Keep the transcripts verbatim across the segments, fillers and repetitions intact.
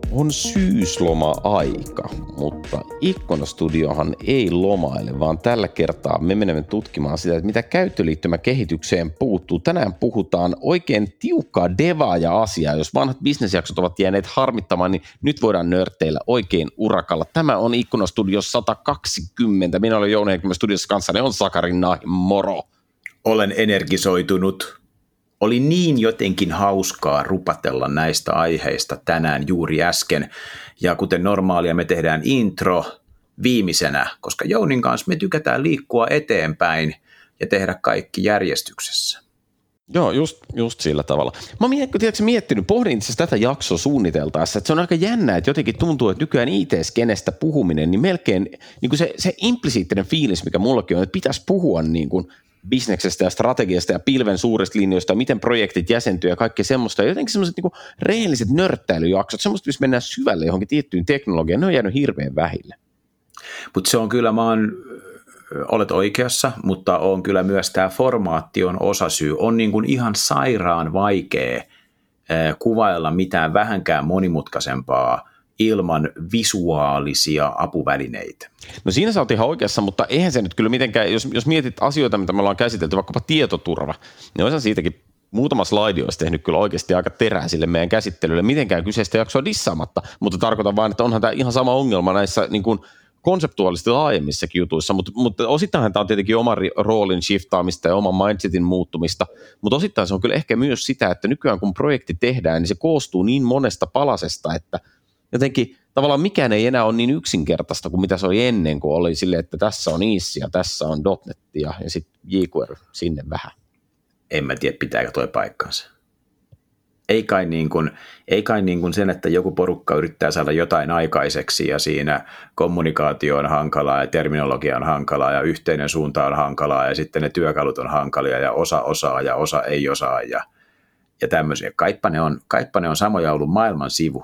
On syysloma-aika, mutta Ikkuna-studiohan ei lomaile, vaan tällä kertaa me menemme tutkimaan sitä, että mitä käyttöliittymäkehitykseen puuttuu. Tänään puhutaan oikein tiukkaa devaa ja asiaa. Jos vanhat bisnesjaksot ovat jääneet harmittamaan, niin nyt voidaan nörtteillä oikein urakalla. Tämä on Ikkuna-studio sata kaksikymmentä. Minä olen Jouni Heikkilä studiossa kanssani, on Sakari Nahi, moro. Olen energisoitunut. Oli niin jotenkin hauskaa rupatella näistä aiheista tänään juuri äsken, ja kuten normaalia me tehdään intro viimeisenä, koska Jounin kanssa me tykätään liikkua eteenpäin ja tehdä kaikki järjestyksessä. Joo, just, just sillä tavalla. Mä oon tiedätkö, miettinyt, pohdin itse tätä jaksoa suunniteltaessa, että se on aika jännä, että jotenkin tuntuu, että nykyään I T-skenestä puhuminen, niin melkein niin kuin se, se implisiittinen fiilis, mikä mullakin on, että pitäisi puhua niin kuin bisneksestä ja strategiasta ja pilven suurista linjoista, miten projektit jäsentyy ja kaikkea semmoista. Ja jotenkin semmoiset niinku rehelliset nörttäilyjaksot, semmoista, missä mennään syvälle johonkin tiettyyn teknologiaan, ne on jäänyt hirveän vähille. Mutta se on kyllä, mä oon, olet oikeassa, mutta on kyllä myös tämä formaation osasyy. On niin kuin ihan sairaan vaikea kuvailla mitään vähänkään monimutkaisempaa ilman visuaalisia apuvälineitä. No siinä sä oot ihan oikeassa, mutta eihän se nyt kyllä mitenkään, jos, jos mietit asioita, mitä me ollaan käsitelty, vaikkapa tietoturva, niin osa siitäkin muutama slaidi olisi tehnyt kyllä oikeasti aika terää sille meidän käsittelylle, mitenkään kyseistä jaksoa dissaamatta, mutta tarkoitan vain, että onhan tämä ihan sama ongelma näissä niin kuin konseptuaalisesti laajemmissakin jutuissa, mutta, mutta osittain tämä on tietenkin oma roolin shiftaamista ja oman mindsetin muuttumista, mutta osittain se on kyllä ehkä myös sitä, että nykyään kun projekti tehdään, niin se koostuu niin monesta palasesta, että jotenkin tavallaan mikään ei enää ole niin yksinkertaista kuin mitä se oli ennen, kun oli silleen, että tässä on Easy ja tässä on .NET ja, ja sitten jQuery sinne vähän. En mä tiedä, pitääkö toi paikkansa. Ei kai, niin kuin, ei kai niin kuin sen, että joku porukka yrittää saada jotain aikaiseksi ja siinä kommunikaatio on hankalaa ja terminologia on hankalaa ja yhteinen suunta on hankalaa ja sitten ne työkalut on hankalia ja osa osaa ja osa ei osaa ja, ja tämmöisiä. Kaippa ne on, kaippa ne on samoja ollut maailman sivu.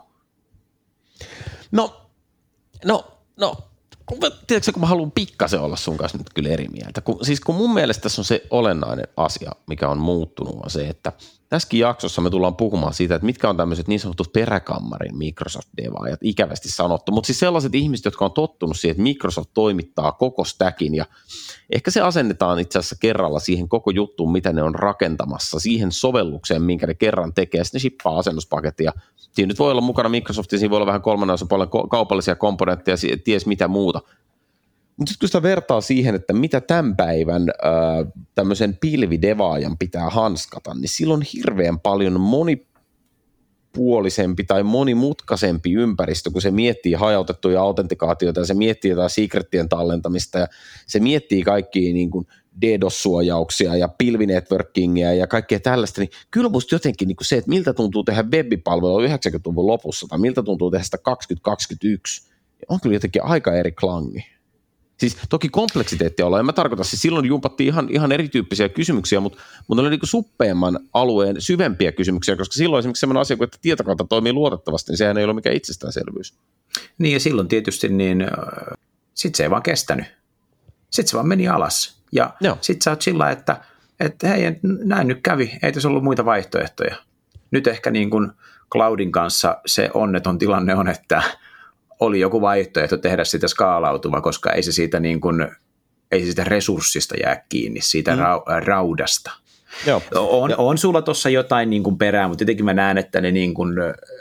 No, no, no, tiedätkö, kun mä haluan pikkasen olla sun kanssa nyt kyllä eri mieltä. Kun, siis kun mun mielestä tässä on se olennainen asia, mikä on muuttunut, on se, että tässäkin jaksossa me tullaan puhumaan siitä, että mitkä on tämmöiset niin sanotut peräkammarin Microsoft-devaajat, ikävästi sanottu, mutta siis sellaiset ihmiset, jotka on tottunut siihen, että Microsoft toimittaa koko stackin ja ehkä se asennetaan itse asiassa kerralla siihen koko juttuun, mitä ne on rakentamassa, siihen sovellukseen, minkä ne kerran tekee, sitten ne shippaa asennuspakettia. Siinä nyt voi olla mukana Microsoft ja siinä voi olla vähän kolmannen osapuolen kaupallisia komponentteja, ties mitä muuta. Mutta sitten kun sitä vertaa siihen, että mitä tämän päivän äh, tämmöisen pilvidevaajan pitää hanskata, niin silloin on hirveän paljon monipuolisempi tai monimutkaisempi ympäristö, kun se miettii hajautettuja autentikaatioita ja se miettii jotain secretien tallentamista ja se miettii kaikkia niin kuin DDoS-suojauksia ja pilvinetworkingia ja kaikkea tällaista, niin kyllä musta jotenkin niin kuin se, että miltä tuntuu tehdä web-palvelua yhdeksänkymmentäluvun lopussa tai miltä tuntuu tehdä sitä kaksituhattakaksikymmentäyksi, on kyllä jotenkin aika eri klangi. Siis toki kompleksiteettia ollaan, en mä tarkoita, siis silloin jumpattiin ihan, ihan erityyppisiä kysymyksiä, mutta, mutta oli niin kuin suppeamman alueen syvempiä kysymyksiä, koska silloin esimerkiksi sellainen asia, että tietokanta toimii luotettavasti, niin sehän ei ole mikään itsestäänselvyys. Niin ja silloin tietysti, niin äh, sit se ei vaan kestänyt. Sitten se vaan meni alas ja sitten sä oot sillä, että, että hei, näin nyt kävi, ei tässä ollut muita vaihtoehtoja. Nyt ehkä niin kuin cloudin kanssa se onneton tilanne on, että oli joku vaihtoehto tehdä sitä skaalautuva, koska ei se siitä, niin kuin, ei se siitä resurssista jää kiinni, siitä mm. ra- raudasta. Joo. On, on sulla tuossa jotain niin kuin perää, mutta jotenkin mä näen, että ne niin kuin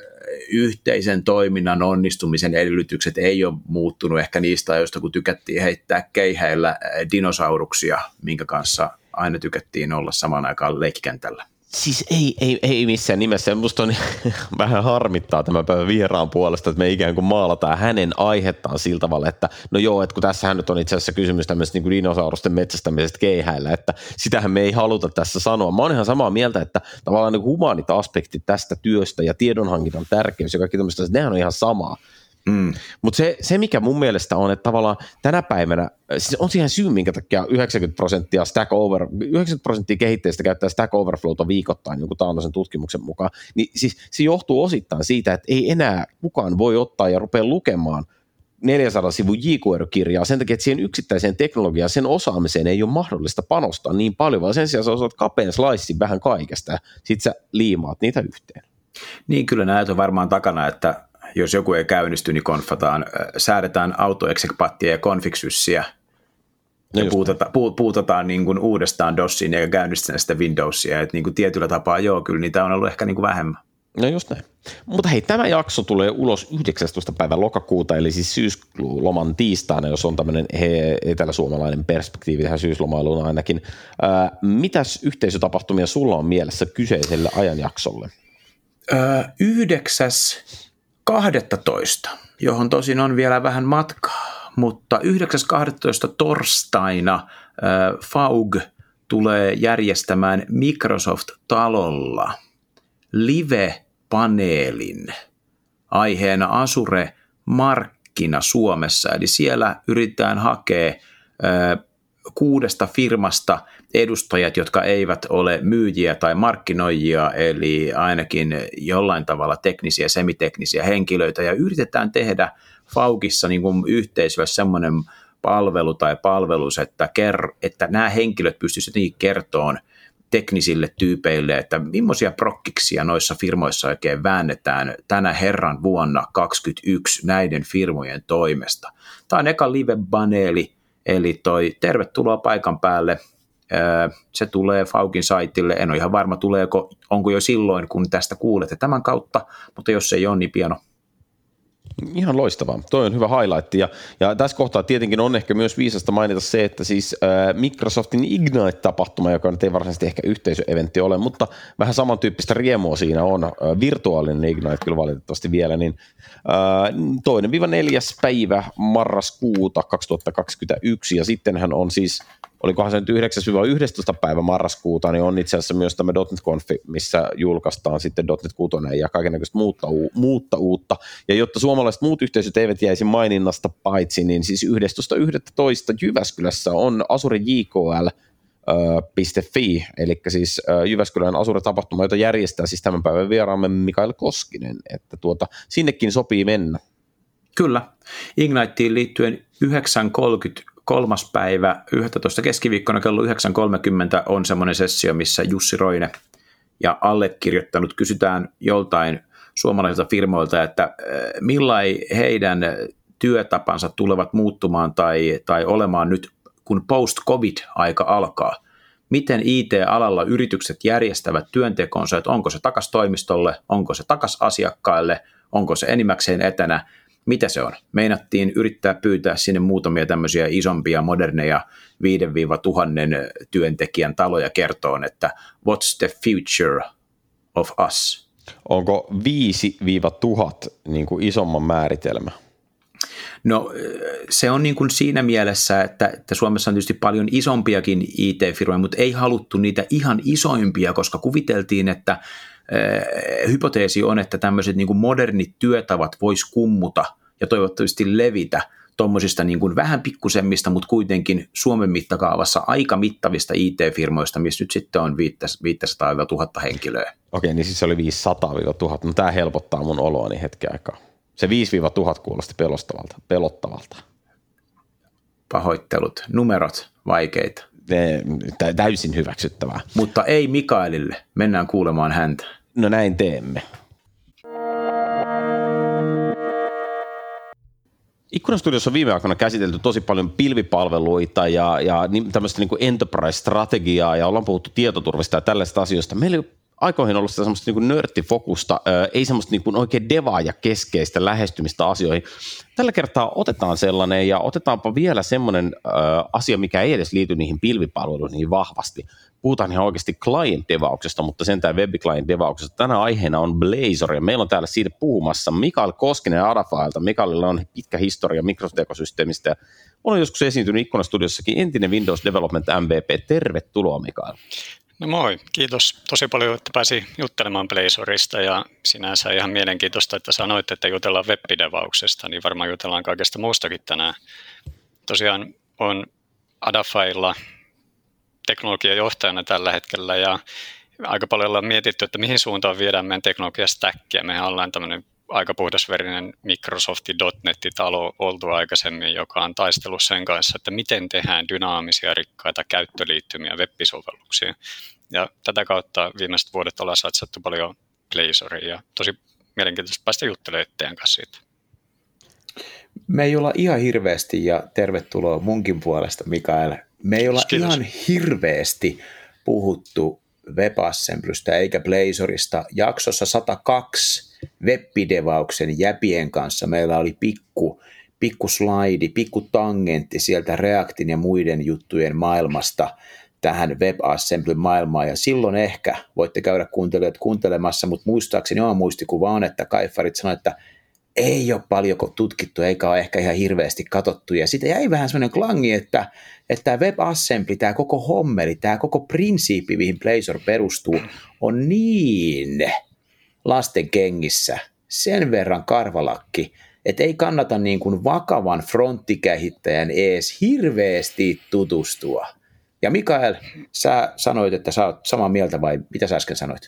yhteisen toiminnan onnistumisen edellytykset ei ole muuttunut ehkä niistä ajoista, kun tykättiin heittää keihäillä dinosauruksia, minkä kanssa aina tykättiin olla samaan aikaan leikkikentällä. Siis ei, ei, ei missään nimessä. Musta on vähän harmittaa tämän päivän vieraan puolesta, että me ikään kuin maalataan hänen aihettaan sillä tavalla, että no joo, että kun tässähän nyt on itse asiassa kysymys tämmöisestä niin kuin dinosaurusten metsästämisestä keihäillä, että sitähän me ei haluta tässä sanoa. Mä oon ihan samaa mieltä, että tavallaan niin humaanit aspektit tästä työstä ja tiedonhankinnan tärkeys ja kaikki tämmöistä, nehän on ihan samaa. Mm. Mutta se, se, mikä mun mielestä on, että tavallaan tänä päivänä, siis on siihen syy, minkä takia yhdeksänkymmentä prosenttia, Stack Over, yhdeksänkymmentä prosenttia kehittäjistä käyttää Stack Overflowta viikoittain jonkun taannoisen tutkimuksen mukaan, niin siis se johtuu osittain siitä, että ei enää kukaan voi ottaa ja rupea lukemaan neljänsadan sivun jQuery-kirjaa sen takia, että siihen yksittäiseen teknologiaan, sen osaamiseen ei ole mahdollista panostaa niin paljon, vaan sen sijaan sä osaat kapean slicein vähän kaikesta ja sit sä liimaat niitä yhteen. Niin kyllä näitä on varmaan takana, että jos joku ei käynnisty, niin konfataan, säädetään autoexecpattia ja konfigsyssiä, ja puutata, pu, puutataan niin kuin uudestaan DOSiin ja käynnistetään sitä Windowsia, että niin kuin tietyllä tapaa joo, kyllä niitä on ollut ehkä niin kuin vähemmän. No just näin. Mutta hei, tämä jakso tulee ulos yhdeksästoista päivä lokakuuta, eli siis syysloman tiistaina, jos on tämmöinen eteläsuomalainen perspektiivi tähän syyslomailuun ainakin. Ää, mitäs yhteisötapahtumia sulla on mielessä kyseiselle ajanjaksolle? Yhdeksäs kahdestoista, johon tosin on vielä vähän matkaa, mutta yhdeksäs kahdestoista torstaina äh, F A U G tulee järjestämään Microsoft-talolla live-paneelin aiheena Azure markkina Suomessa, eli siellä yritetään hakea äh, kuudesta firmasta edustajat, jotka eivät ole myyjiä tai markkinoijia, eli ainakin jollain tavalla teknisiä, semiteknisiä henkilöitä, ja yritetään tehdä F A U Gissa niin kuin yhteisölle semmoinen palvelu tai palvelus, että, ker- että nämä henkilöt pystyisivät niin kertomaan teknisille tyypeille, että millaisia prokkiksia noissa firmoissa oikein väännetään tänä herran vuonna kaksikymmentäyksi näiden firmojen toimesta. Tämä on eka live-paneeli, eli toi tervetuloa paikan päälle. Se tulee F A U Gin saitille. En ole ihan varma, tuleeko, onko jo silloin, kun tästä kuulette tämän kautta, mutta jos ei ole, niin piano. Ihan loistavaa. Toi on hyvä highlight. Ja, ja tässä kohtaa tietenkin on ehkä myös viisasta mainita se, että siis äh, Microsoftin Ignite-tapahtuma, joka nyt ei varsinaisesti ehkä yhteisöeventti ole, mutta vähän samantyyppistä riemua siinä on. Äh, virtuaalinen Ignite kyllä valitettavasti vielä, niin äh, toinen viiva neljäs päivä marraskuuta kaksituhattakaksikymmentäyksi, ja sittenhän on siis, olikohan se nyt yhdeksäs yhdestoista päivä marraskuuta, niin on itse asiassa myös tämä .NET Conf, missä julkaistaan sitten .NET kuusi ja kaikennäköistä muutta, muutta uutta. Ja jotta suomalaiset muut yhteisöt eivät jäisi maininnasta paitsi, niin siis yhdestoista yhdestoista Jyväskylässä on Azure J K L piste F I, eli siis Jyväskylän Azure-tapahtuma, jota järjestää siis tämän päivän vieraamme Mikael Koskinen, että tuota, sinnekin sopii mennä. Kyllä. Igniteen liittyen yhdeksän kolmekymmentä kolmas päivä yhdestoista keskiviikkona kello yhdeksän kolmekymmentä on semmoinen sessio, missä Jussi Roine ja allekirjoittanut kysytään joltain suomalaisilta firmoilta, että millain heidän työtapansa tulevat muuttumaan tai, tai olemaan nyt, kun post-covid-aika alkaa. Miten I T-alalla yritykset järjestävät työntekonsa, että onko se takas toimistolle, onko se takas asiakkaille, onko se enimmäkseen etänä, mitä se on? Meinattiin yrittää pyytää sinne muutamia tämmöisiä isompia, moderneja viisi tuhatta työntekijän taloja kertoon, että what's the future of us? Onko viisi tuhatta niin kuin isomman määritelmä? No se on niin kuin siinä mielessä, että, että Suomessa on tietysti paljon isompiakin I T-firmoja, mutta ei haluttu niitä ihan isoimpia, koska kuviteltiin, että eh, hypoteesi on, että tämmöiset niin kuin modernit työtavat vois kummuta ja toivottavasti levitä tuommoisista niin kuin vähän pikkusemmista, mutta kuitenkin Suomen mittakaavassa aika mittavista I T-firmoista, missä nyt sitten on viisisataa tuhatta henkilöä. Okei, niin siis se oli viisisataa tuhatta. No tämä helpottaa mun oloani hetken aikaa. Se viisi tuhatta kuulosti pelottavalta. pelottavalta. Pahoittelut. Numerot vaikeita. Ne, täysin hyväksyttävää. Mutta ei Mikaelille. Mennään kuulemaan häntä. No näin teemme. Ikkunastudiossa on viime aikoina käsitelty tosi paljon pilvipalveluita ja, ja tämmöistä niin kuin enterprise-strategiaa ja ollaan puhuttu tietoturvasta ja tällaista asioista. Meillä ei aikoihin ollut sitä semmoista niin kuin nörttifokusta, ää, ei semmoista niin kuin oikein devaa ja keskeistä lähestymistä asioihin. Tällä kertaa otetaan sellainen ja otetaanpa vielä semmoinen ää, asia, mikä ei edes liity niihin pilvipalveluihin niin vahvasti. Puhutaan ihan oikeasti client-devauksesta, mutta sentään web-client-devauksesta. Tänä aiheena on Blazor ja meillä on täällä siitä puhumassa Mikael Koskinen Adafielta. Mikaelilla on pitkä historia Microsoft-ekosysteemistä ja on joskus esiintynyt Ikkunastudiossakin entinen Windows Development M V P. Tervetuloa Mikael. No moi, kiitos tosi paljon, että pääsi juttelemaan Blazorista ja sinänsä ihan mielenkiintoista, että sanoit, että jutellaan web-devauksesta, niin varmaan jutellaan kaikesta muustakin tänään. Tosiaan on Adafiella teknologiajohtajana tällä hetkellä ja aika paljon ollaan mietitty, että mihin suuntaan viedään meidän teknologiastäkkiä. Mehän ollaan tämmöinen aika puhdasverinen Microsoftin .NET-talo oltu aikaisemmin, joka on taistellut sen kanssa, että miten tehdään dynaamisia, rikkaita käyttöliittymiä web-sovelluksiin. Ja tätä kautta viimeiset vuodet ollaan satsattu paljon Blazoriin ja tosi mielenkiintoista päästä juttelemaan teidän kanssa siitä. Me ei olla ihan hirveästi, ja tervetuloa munkin puolesta, Mikael. Me ei olla Kiitos. ihan hirveästi puhuttu WebAssemblystä eikä Blazorista. Jaksossa sata kaksi web-devauksen jäpien kanssa meillä oli pikku, pikku slaidi, pikku tangentti sieltä Reactin ja muiden juttujen maailmasta tähän WebAssembly-maailmaan, ja silloin ehkä voitte käydä kuuntelijat kuuntelemassa, mutta muistaakseni oma muistikuva on, että Kaifarit sanoi, että ei ole paljon tutkittu, eikä ole ehkä ihan hirveästi katsottu, ja sitten jäi vähän semmoinen klangi, että, että tämä WebAssembly, tämä koko hommeli, tämä koko prinsiippi, mihin Blazor perustuu, on niin lasten kengissä, sen verran karvalakki, että ei kannata niin kuin vakavan fronttikehittäjän ees hirveästi tutustua. Ja Mikael, sä sanoit, että sä oot samaa mieltä, vai mitä sä äsken sanoit?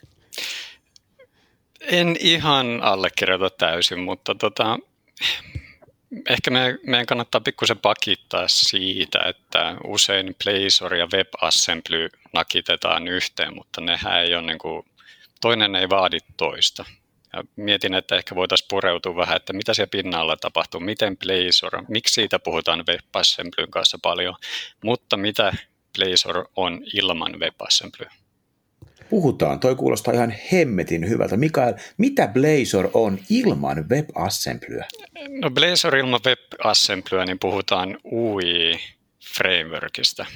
En ihan allekirjoita täysin, mutta tota, ehkä me, meidän kannattaa pikkusen pakittaa siitä, että usein Blazor ja WebAssembly nakitetaan yhteen, mutta nehän ei ole niin kuin, toinen ei vaadi toista. Ja mietin, että ehkä voitaisiin pureutua vähän, että mitä siellä pinnalla tapahtuu, miten Blazor, miksi siitä puhutaan WebAssemblyn kanssa paljon, mutta mitä Blazor on ilman WebAssemblyä. Puhutaan, toi kuulostaa ihan hemmetin hyvältä. Mikael, mitä Blazor on ilman WebAssemblyä? No Blazor ilman WebAssemblyä, niin puhutaan U I-frameworkista.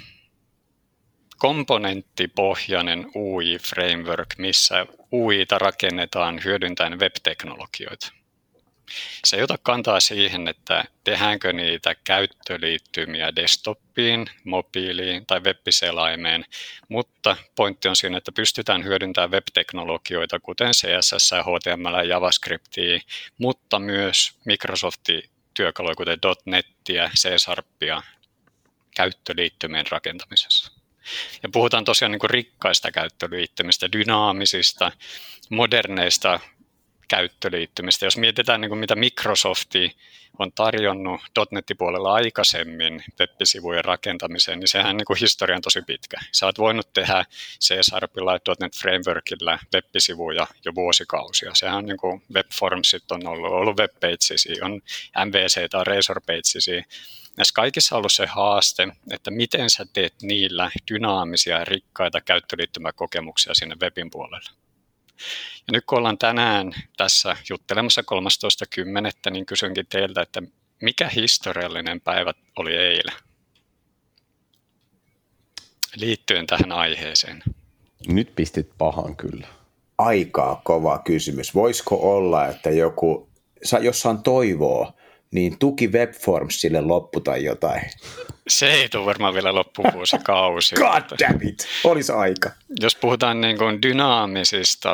Komponenttipohjainen U I-framework, missä U I:ta rakennetaan hyödyntäen web-teknologioita. Se ei ota kantaa siihen, että tehdäänkö niitä käyttöliittymiä desktopiin, mobiiliin tai web-selaimeen, mutta pointti on siinä, että pystytään hyödyntämään web-teknologioita, kuten C S S, H T M L ja JavaScriptia, mutta myös Microsoftin työkaluja, kuten .NETiä, C-Sharpia käyttöliittymien rakentamisessa. Ja puhutaan tosiaan niin kuin rikkaista käyttöliittymistä, dynaamisista, moderneista käyttöliittymistä. Jos mietitään, niin kuin mitä Microsoft on tarjonnut .NET-puolella aikaisemmin web-sivujen rakentamiseen, niin sehän niin kuin historia on tosi pitkä. Sä oot voinut tehdä C-Sharpilla ja .NET Frameworkilla web-sivuja jo vuosikausia. Sehän on niin kuin webformsit on ollut, ollut webpagesisia, on M V C tai Razor pagesisia. Näissä kaikissa on ollut se haaste, että miten sä teet niillä dynaamisia ja rikkaita käyttöliittymäkokemuksia sinne webin puolelle. Ja nyt kun ollaan tänään tässä juttelemassa kolmastoista kymmenettä, niin kysynkin teiltä, että mikä historiallinen päivä oli eilen liittyen tähän aiheeseen? Nyt pistit pahan kyllä. Aikaa kova kysymys. Voisiko olla, että joku, jos on toivoa, niin tuki Webformsille loppu tai jotain? Se ei tule varmaan vielä loppuvuosikausi. God damn it! Olisi aika. Jos puhutaan niin kuin dynaamisista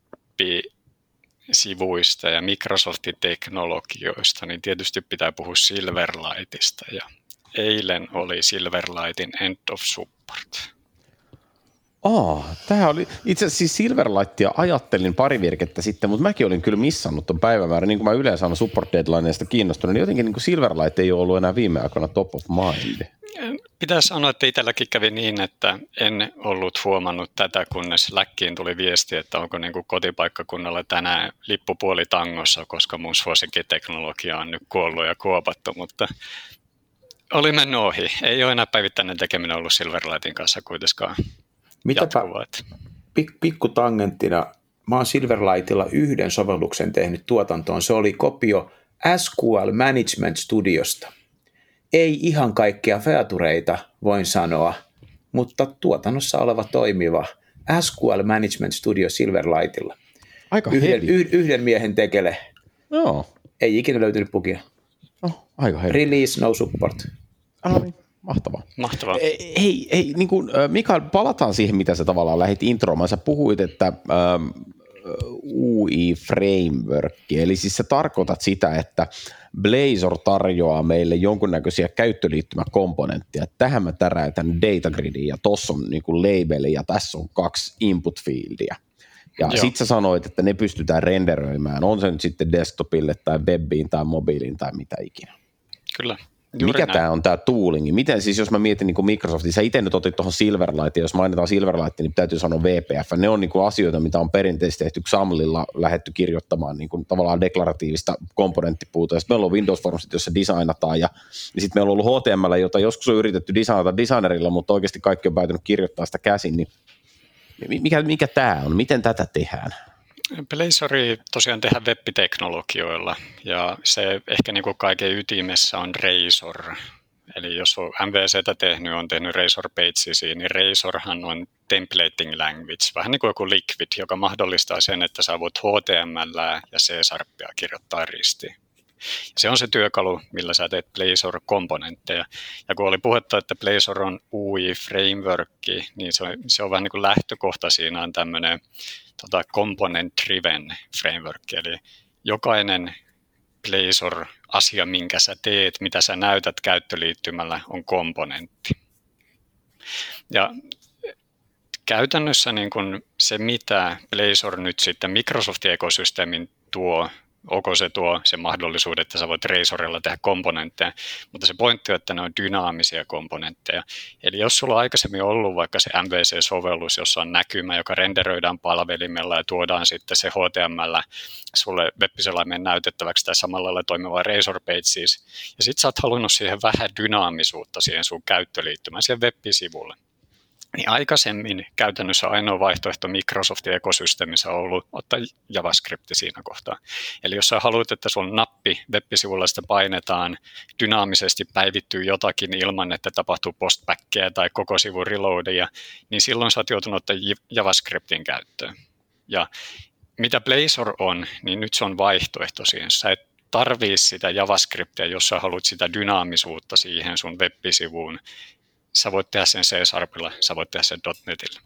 web-sivuista ja Microsoftin teknologioista, niin tietysti pitää puhua Silverlightista. Ja eilen oli Silverlightin End of Support. Aa, tämähän oli, itse asiassa siis Silverlightia ajattelin pari virkettä sitten, mutta mäkin olin kyllä missannut ton päivämäärän, niin kuin mä yleensä aina support deadlineista kiinnostunut, niin jotenkin niin kuin Silverlight ei ole ollut enää viime aikoina top of mind. Pitää sanoa, että itselläkin kävi niin, että en ollut huomannut tätä, kunnes Läkkiin tuli viesti, että onko niin kuin kotipaikkakunnalla tänään lippupuoli tangossa, koska mun suosikkiteknologia on nyt kuollut ja kuopattu, mutta oli mennyt ohi. Ei ole enää päivittäinen tekeminen ollut Silverlightin kanssa kuitenkaan. Mitäpä pik, pikku tangenttina, mä oon Silverlightilla yhden sovelluksen tehnyt tuotantoon. Se oli kopio S Q L Management Studiosta. Ei ihan kaikkia featureita, voin sanoa, mutta tuotannossa oleva toimiva S Q L Management Studio Silverlightilla. Aika yhden, yh, yhden miehen tekele. Joo. Ei ikinä löytynyt bugia. Oh, aika hevi. Release, no support. Ah, niin. Mahtavaa. Mahtavaa. Hei, hei niin kuin, Mikael, palataan siihen, mitä sä tavallaan lähdit introamaan. Sä puhuit, että ähm, U I-framework, eli siis sä tarkoitat sitä, että Blazor tarjoaa meille jonkunnäköisiä käyttöliittymäkomponentteja. Tähän mä täräytän datagridin ja tossa on niin kuin labeli ja tässä on kaksi input fieldia. Ja sit sä sanoit, että ne pystytään renderöimään, on se nyt sitten desktopille tai webiin tai mobiiliin tai mitä ikinä. Kyllä. Mikä tämä on tämä toolingi? Miten siis, jos mä mietin niin kuin Microsoftin, sä itse nyt otit tuohon Silverlightin, jos mainitaan Silverlight, niin täytyy sanoa V P F. Ne on niin kuin asioita, mitä on perinteisesti tehty XAMLilla, lähdetty kirjoittamaan niin kuin tavallaan deklaratiivista komponenttipuuta. Ja sitten meillä on Windows Formsit, jossa designataan, ja, ja sitten meillä on ollut H T M L, jota joskus on yritetty designata designerilla, mutta oikeasti kaikki on päätynyt kirjoittaa sitä käsin. Niin mikä, mikä tämä on? Miten tätä tehdään? Blazori tosiaan tehdään web-teknologioilla ja se ehkä niin kuin kaiken ytimessä on Razor. Eli jos on M V C:tä tehnyt, on tehnyt Razor Pagesisia, niin Razorhan on templating language, vähän niin kuin joku Liquid, joka mahdollistaa sen, että sä voit H T M L ja C-sharpia kirjoittaa ristiin. Se on se työkalu, millä sä teet Blazor-komponentteja. Ja kun oli puhetta, että Blazor on U I-frameworkki, niin se on, se on vähän niin kuin lähtökohta. Siinä on tämmöinen tota, component-driven framework. Eli jokainen Blazor-asia, minkä sä teet, mitä sä näytät käyttöliittymällä, on komponentti. Ja käytännössä niin kun se, mitä Blazor nyt sitten Microsoftin ekosysteemin tuo, onko se tuo se mahdollisuus, että sä voit Razorilla tehdä komponentteja, mutta se pointti on, että ne on dynaamisia komponentteja. Eli jos sulla on aikaisemmin ollut vaikka se M V C-sovellus, jossa on näkymä, joka renderöidään palvelimella ja tuodaan sitten se H T M L sulle web-selaimeen näytettäväksi tai samalla lailla toimivaa Razor Pages, ja sitten sä oot halunnut siihen vähän dynaamisuutta siihen sun käyttöliittymään siihen web-sivulle. Niin aikaisemmin käytännössä ainoa vaihtoehto Microsoftin ekosysteemissä on ollut ottaa JavaScript siinä kohtaa. Eli jos sä haluat, että sun nappi web-sivulla sitä painetaan, dynaamisesti päivittyy jotakin ilman, että tapahtuu postbackia tai koko sivun reloadia, niin silloin sä oot joutunut ottaa JavaScriptin käyttöön. Ja mitä Blazor on, niin nyt se on vaihtoehto siihen. Sä et tarvii sitä JavaScriptia, jos sä haluat sitä dynaamisuutta siihen sun web-sivuun. Sä voit tehdä sen C-sharpilla, sä voit tehdä sen .NETillä.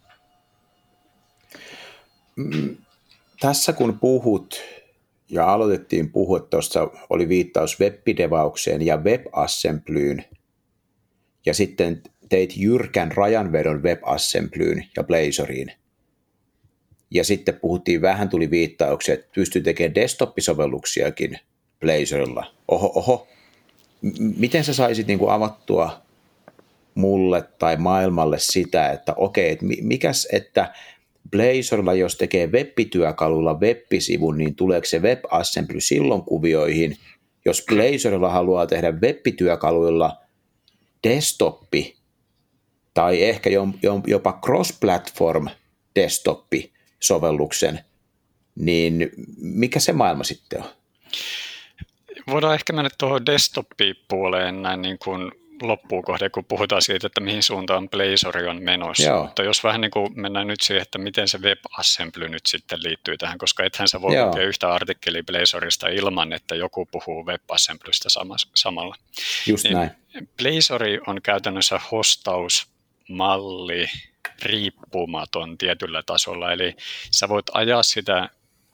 Mm, tässä kun puhut, ja aloitettiin puhua, tuossa oli viittaus web-devaukseen ja WebAssemblyyn, ja sitten teit jyrkän rajanvedon WebAssemblyyn ja Blazoriin. Ja sitten puhuttiin, vähän tuli viittauksia, että pystyy tekemään desktop-sovelluksiakin Blazorilla. Oho, oho. M- miten sä saisit niin kuin avattua mulle tai maailmalle sitä, että okei, että mikäs, että Blazorilla, jos tekee web-työkalulla web-sivun, niin tuleeko se WebAssembly silloin kuvioihin? Jos Blazorilla haluaa tehdä web-työkaluilla desktoppi tai ehkä jopa cross-platform desktop-sovelluksen, niin mikä se maailma sitten on? Voidaan ehkä mennä tuohon desktop-puoleen näin niin kuin loppuun kohde, kun puhutaan siitä, että mihin suuntaan Blazor on menossa. Joo. Mutta jos vähän niin kuin mennään nyt siihen, että miten se WebAssembly nyt sitten liittyy tähän, koska ethän sä voi lukea yhtä artikkelia Blazorista ilman, että joku puhuu WebAssemblystä samalla. Just niin näin. Blazori on käytännössä hostausmalli riippumaton tietyllä tasolla, eli sä voit ajaa sitä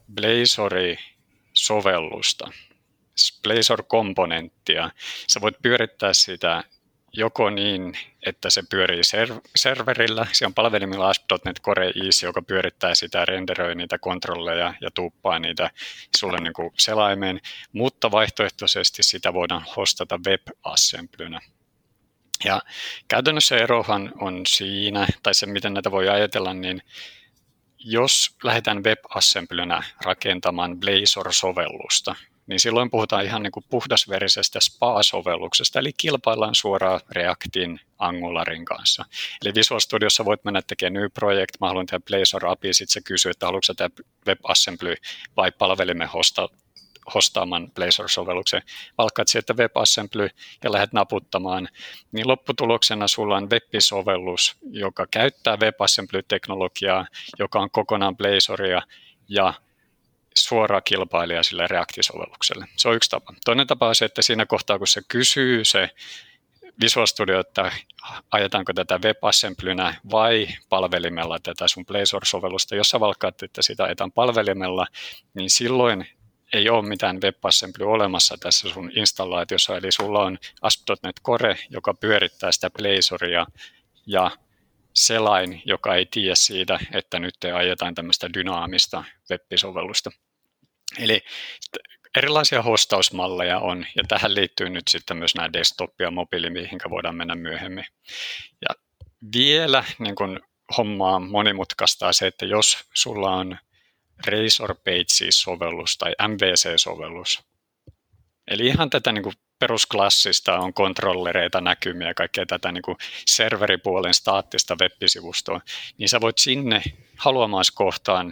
Blazori-sovellusta, Blazor-komponenttia. Sä voit pyörittää sitä joko niin, että se pyörii ser- serverillä, se on palvelimilla A S P piste net Core Easy, joka pyörittää sitä, renderöi niitä kontrolleja ja tuuppaa niitä sulle niin kuin selaimeen, mutta vaihtoehtoisesti sitä voidaan hostata WebAssemblynä. Ja käytännössä erohan on siinä, tai se miten näitä voi ajatella, niin jos lähdetään WebAssemblynä rakentamaan Blazor-sovellusta, niin silloin puhutaan ihan niin kuin puhdasverisestä S P A-sovelluksesta, eli kilpaillaan suoraan Reactin Angularin kanssa. Eli Visual Studiossa voit mennä tekemään new project, mä haluan tehdä Blazor A P I, sitten se kysyy, että haluatko tehdä WebAssembly vai palvelimen hosta, hostaamaan Blazor-sovelluksen. Valkkaat sieltä WebAssembly ja lähdet naputtamaan, niin lopputuloksena sulla on web-sovellus, joka käyttää WebAssembly-teknologiaa, joka on kokonaan Blazoria ja suora kilpailija sille React-sovellukselle. Se on yksi tapa. Toinen tapa on se, että siinä kohtaa, kun se kysyy se Visual Studio, että ajetaanko tätä WebAssemblynä vai palvelimella tätä sun Blazor-sovellusta, jos sä valkkaat, että sitä ajetaan palvelimella, niin silloin ei ole mitään WebAssembly olemassa tässä sun installaatiossa, eli sulla on A S P piste net Core, joka pyörittää sitä Blazoria, ja selain, joka ei tiedä siitä, että nyt ajetaan tämmöistä dynaamista web-sovellusta. Eli erilaisia hostausmalleja on, ja tähän liittyy nyt sitten myös nämä desktop ja mobiili, mihin voidaan mennä myöhemmin. Ja vielä niin kun hommaa monimutkaistaa se, että jos sulla on Razor Pages-sovellus tai M V C-sovellus, eli ihan tätä niin kuin perusklassista on kontrollereita, näkymiä ja kaikkea tätä niin kuin serveripuolen staattista web-sivustoa, niin sä voit sinne haluamaasi kohtaan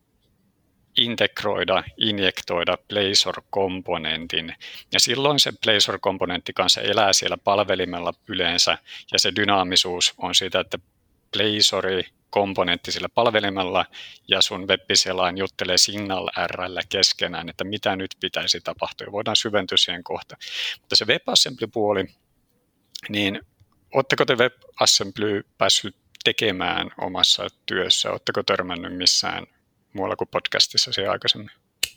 integroida, injektoida Blazor-komponentin, ja silloin se Blazor-komponentti kanssa elää siellä palvelimella yleensä, ja se dynaamisuus on siitä, että Blazori komponentti sillä palvelimella ja sun web-selain juttelee Signal-R:llä keskenään, että mitä nyt pitäisi tapahtua, ja voidaan syventyä siihen kohta. Mutta se WebAssembly-puoli, niin ootteko te WebAssembly päässyt tekemään omassa työssä? Ootteko törmännyt missään muualla kuin podcastissa siihen aikaisemmin?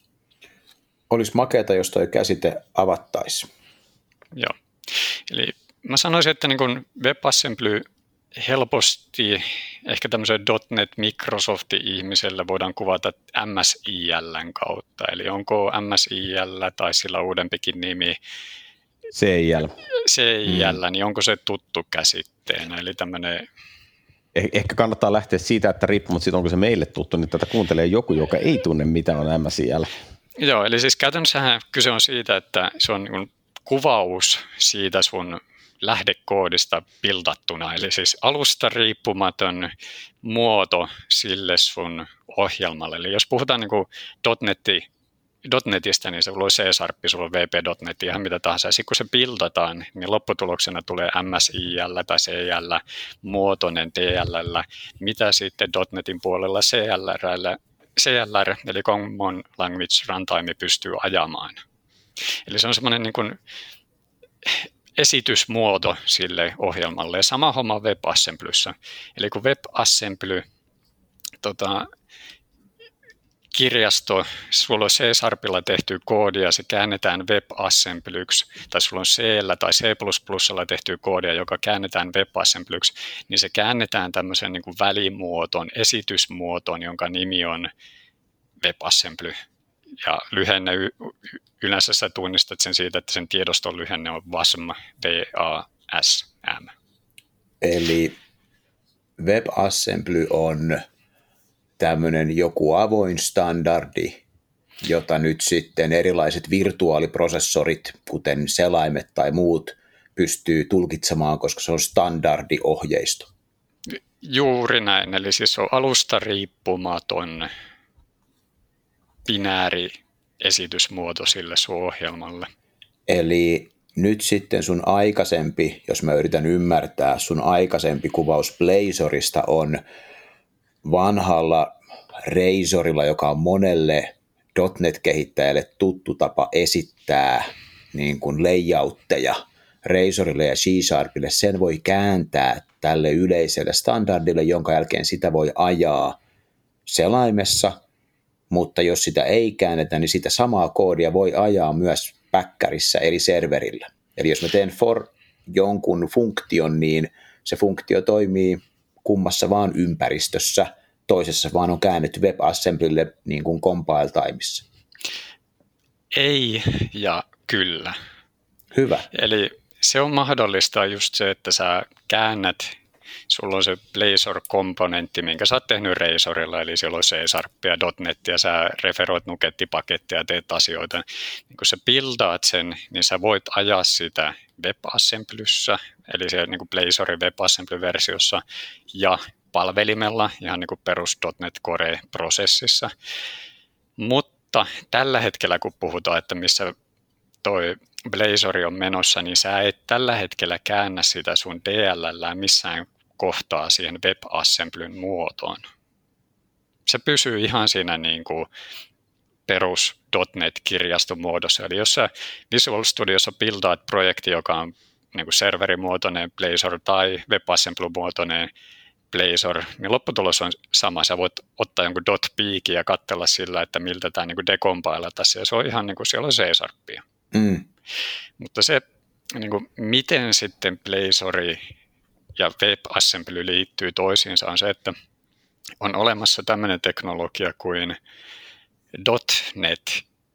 Olisi makeata, jos toi käsite avattaisi. Joo. Eli mä sanoisin, että niin kun WebAssembly helposti ehkä tämmöisen .NET Microsoft-ihmiselle voidaan kuvata M S I L:n kautta. Eli onko M S I L tai sillä uudempikin nimi C I L. C I L, mm. niin onko se tuttu käsitteenä? Eli tämmöinen... Eh- ehkä kannattaa lähteä siitä, että riippumatta siitä, onko se meille tuttu, niin tätä kuuntelee joku, joka ei tunne, mitä on M S I L. Joo, eli siis käytännössähän kyse on siitä, että se on niin kuvaus siitä sun lähdekoodista bildattuna, eli siis alusta riippumaton muoto sille sun ohjelmalle. Eli jos puhutaan niin kuin .NET, .NETistä, niin sulla on C-Sharp, sulla on V P piste net, ihan mitä tahansa. Ja sitten kun se bildataan, niin lopputuloksena tulee M S I L tai C I L, muotoinen D L L, mitä sitten .NETin puolella C L R, C L R, eli Common Language Runtime, pystyy ajamaan. Eli se on semmoinen niin kuin esitysmuoto sille ohjelmalle. Ja sama homma WebAssemblyssä. Eli kun WebAssembly tota, kirjasto, sulla on C-Sharpilla tehty koodia, se käännetään WebAssemblyksi, tai sulla on C-llä tai C plus plusalla tehty koodia, joka käännetään WebAssemblyksi, niin se käännetään tämmöisen niin kuin välimuotoon, esitysmuotoon, jonka nimi on WebAssembly. Ja lyhenne, yleensä sä tunnistat sen siitä, että sen tiedoston lyhenne on W A S M, V A S M. Eli WebAssembly on tämmöinen joku avoin standardi, jota nyt sitten erilaiset virtuaaliprosessorit, kuten selaimet tai muut, pystyy tulkitsemaan, koska se on standardiohjeisto. Juuri näin, eli siis on alusta riippumaton binääri esitysmuoto sille sun ohjelmalle. Eli nyt sitten sun aikaisempi, jos mä yritän ymmärtää, sun aikaisempi kuvaus Blazorista on vanhalla Razorilla, joka on monelle .NET-kehittäjälle tuttu tapa esittää niin kuin layoutteja Razorille ja C-Sharpille. Sen voi kääntää tälle yleiselle standardille, jonka jälkeen sitä voi ajaa selaimessa, mutta jos sitä ei käännetä, niin sitä samaa koodia voi ajaa myös päkkärissä eli serverillä. Eli jos mä teen for jonkun funktion, niin se funktio toimii kummassa vaan ympäristössä, toisessa vaan on käännetty WebAssemblylle niin kuin compile timeissa. Ei ja kyllä. Hyvä. Eli se on mahdollista just se, että sä käännät, sulla on se Blazor-komponentti, minkä sä oot tehnyt Razorilla, eli siellä on C-Sharp ja .NET, ja sä referoit nukettipakettia ja teet asioita. Niin kun sä buildaat sen, niin sä voit ajaa sitä WebAssemblyssä, eli se niin kuin Blazorin WebAssembly-versiossa, ja palvelimella, ihan niin kuin perus .NET Core-prosessissa. Mutta tällä hetkellä, kun puhutaan, että missä toi Blazor on menossa, niin sä et tällä hetkellä käännä sitä sun D L L missään kohtaa siihen WebAssemblyn muotoon. Se pysyy ihan siinä niin kuin perus .NET-kirjastomuodossa. Eli jos sä Visual Studiossa buildaat projekti, joka on niin kuin serverimuotoinen Blazor tai WebAssembly-muotoinen Blazor, niin lopputulos on sama. Sä voit ottaa jonkun .peakin ja katsella sillä, että miltä tämä niin decompilata, ja se on ihan niin kuin siellä on C-Sharpia. Mm. Mutta se, niin kuin, miten sitten Blazori ja WebAssembly liittyy toisiinsa, on se, että on olemassa tämmöinen teknologia kuin .NET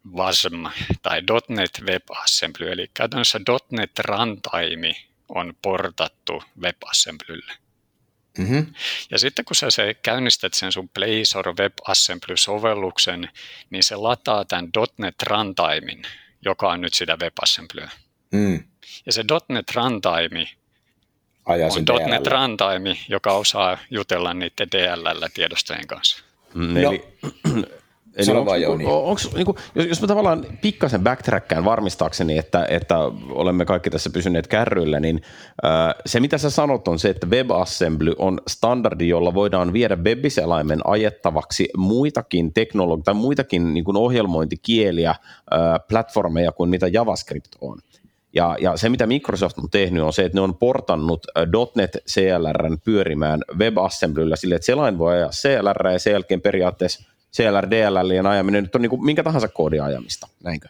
Wasm tai .NET WebAssembly, eli käytännössä .NET Runtime on portattu WebAssemblylle. Mm-hmm. Ja sitten kun sä se käynnistät sen sun Blazor WebAssembly-sovelluksen, niin se lataa tämän .NET Runtimen, joka on nyt sitä WebAssemblyä. Mm. Ja se .NET Runtime Ajaa on .NET Runtime, joka osaa jutella niiden D L L-tiedostojen kanssa. Mm, no. eli Eli onks, onks, onks, niin kuin, jos, jos mä tavallaan pikkasen backtrackään varmistaakseni, että, että olemme kaikki tässä pysyneet kärryillä, niin äh, se mitä sä sanot on se, että WebAssembly on standardi, jolla voidaan viedä web-selaimen ajettavaksi muitakin teknologi- tai muitakin niin kuin ohjelmointikieliä, äh, platformeja kuin mitä JavaScript on. Ja, ja se, mitä Microsoft on tehnyt, on se, että ne on portannut .NET C L R:n pyörimään WebAssemblyllä sille, että selain voi ajaa C L R ja sen jälkeen periaatteessa C L R, D L L:n ajaminen nyt on niin kuin minkä tahansa koodin ajamista, näinkö?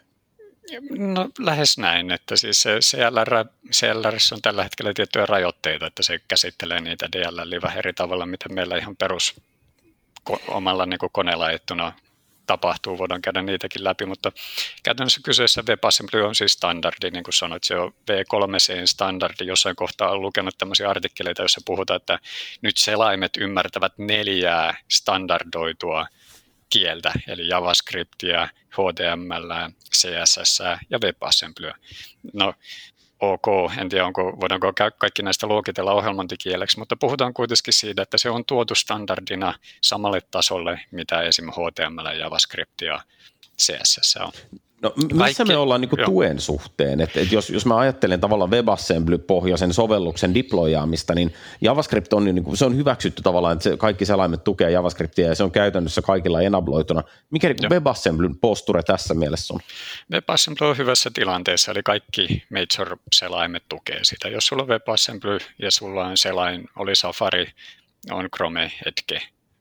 No lähes näin, että siis se C L R, C L R:ssä on tällä hetkellä tiettyjä rajoitteita, että se käsittelee niitä D L L vähän eri tavalla, mitä meillä ihan perus omalla niin kuin koneella ajettuna tapahtuu, voidaan käydä niitäkin läpi, mutta käytännössä kyseessä WebAssembly on siis standardi, niin kuin sanoit, se on V kolme C-standardi, jossain kohtaa on lukenut tämmöisiä artikkeleita, joissa puhutaan, että nyt selaimet ymmärtävät neljää standardoitua kieltä, eli JavaScriptia, H T M L, C S S ja WebAssemblyä. No ok, en tiedä, onko, voidaanko kaikki näistä luokitella ohjelmointikieleksi, mutta puhutaan kuitenkin siitä, että se on tuotu standardina samalle tasolle, mitä esimerkiksi H T M L, JavaScript ja C S S on. No missä Kaikki, me ollaan niin kuin tuen suhteen? Et, et jos, jos mä ajattelen tavallaan WebAssembly-pohjaisen sovelluksen deployaamista, niin JavaScript on, niin kuin, se on hyväksytty tavallaan, että se, kaikki selaimet tukee JavaScriptia ja se on käytännössä kaikilla enabloituna. Mikä niin WebAssemblyn posture tässä mielessä on? WebAssembly on hyvässä tilanteessa, eli kaikki major-selaimet tukee sitä. Jos sulla on WebAssembly ja sulla on selain, oli Safari, on Chrome, Edge,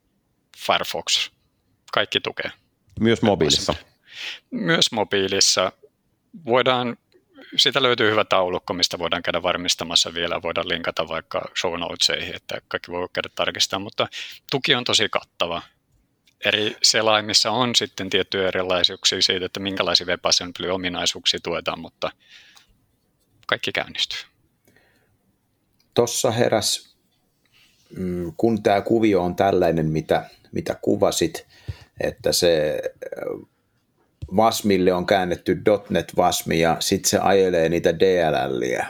Firefox, kaikki tukee. Myös mobiilissa. Myös mobiilissa. Voidaan, siitä löytyy hyvä taulukko, mistä voidaan käydä varmistamassa vielä, voidaan linkata vaikka show notesihin, että kaikki voi käydä tarkistamaan, mutta tuki on tosi kattava. Eri selaimissa on sitten tiettyjä erilaisuuksia siitä, että minkälaisia WebAssembly-ominaisuuksia tuetaan, mutta kaikki käynnistyy. Tuossa heräs, kun tämä kuvio on tällainen, mitä, mitä kuvasit, että se Wasmille on käännetty .NET Wasmi ja sitten se ajelee niitä D L L:iä.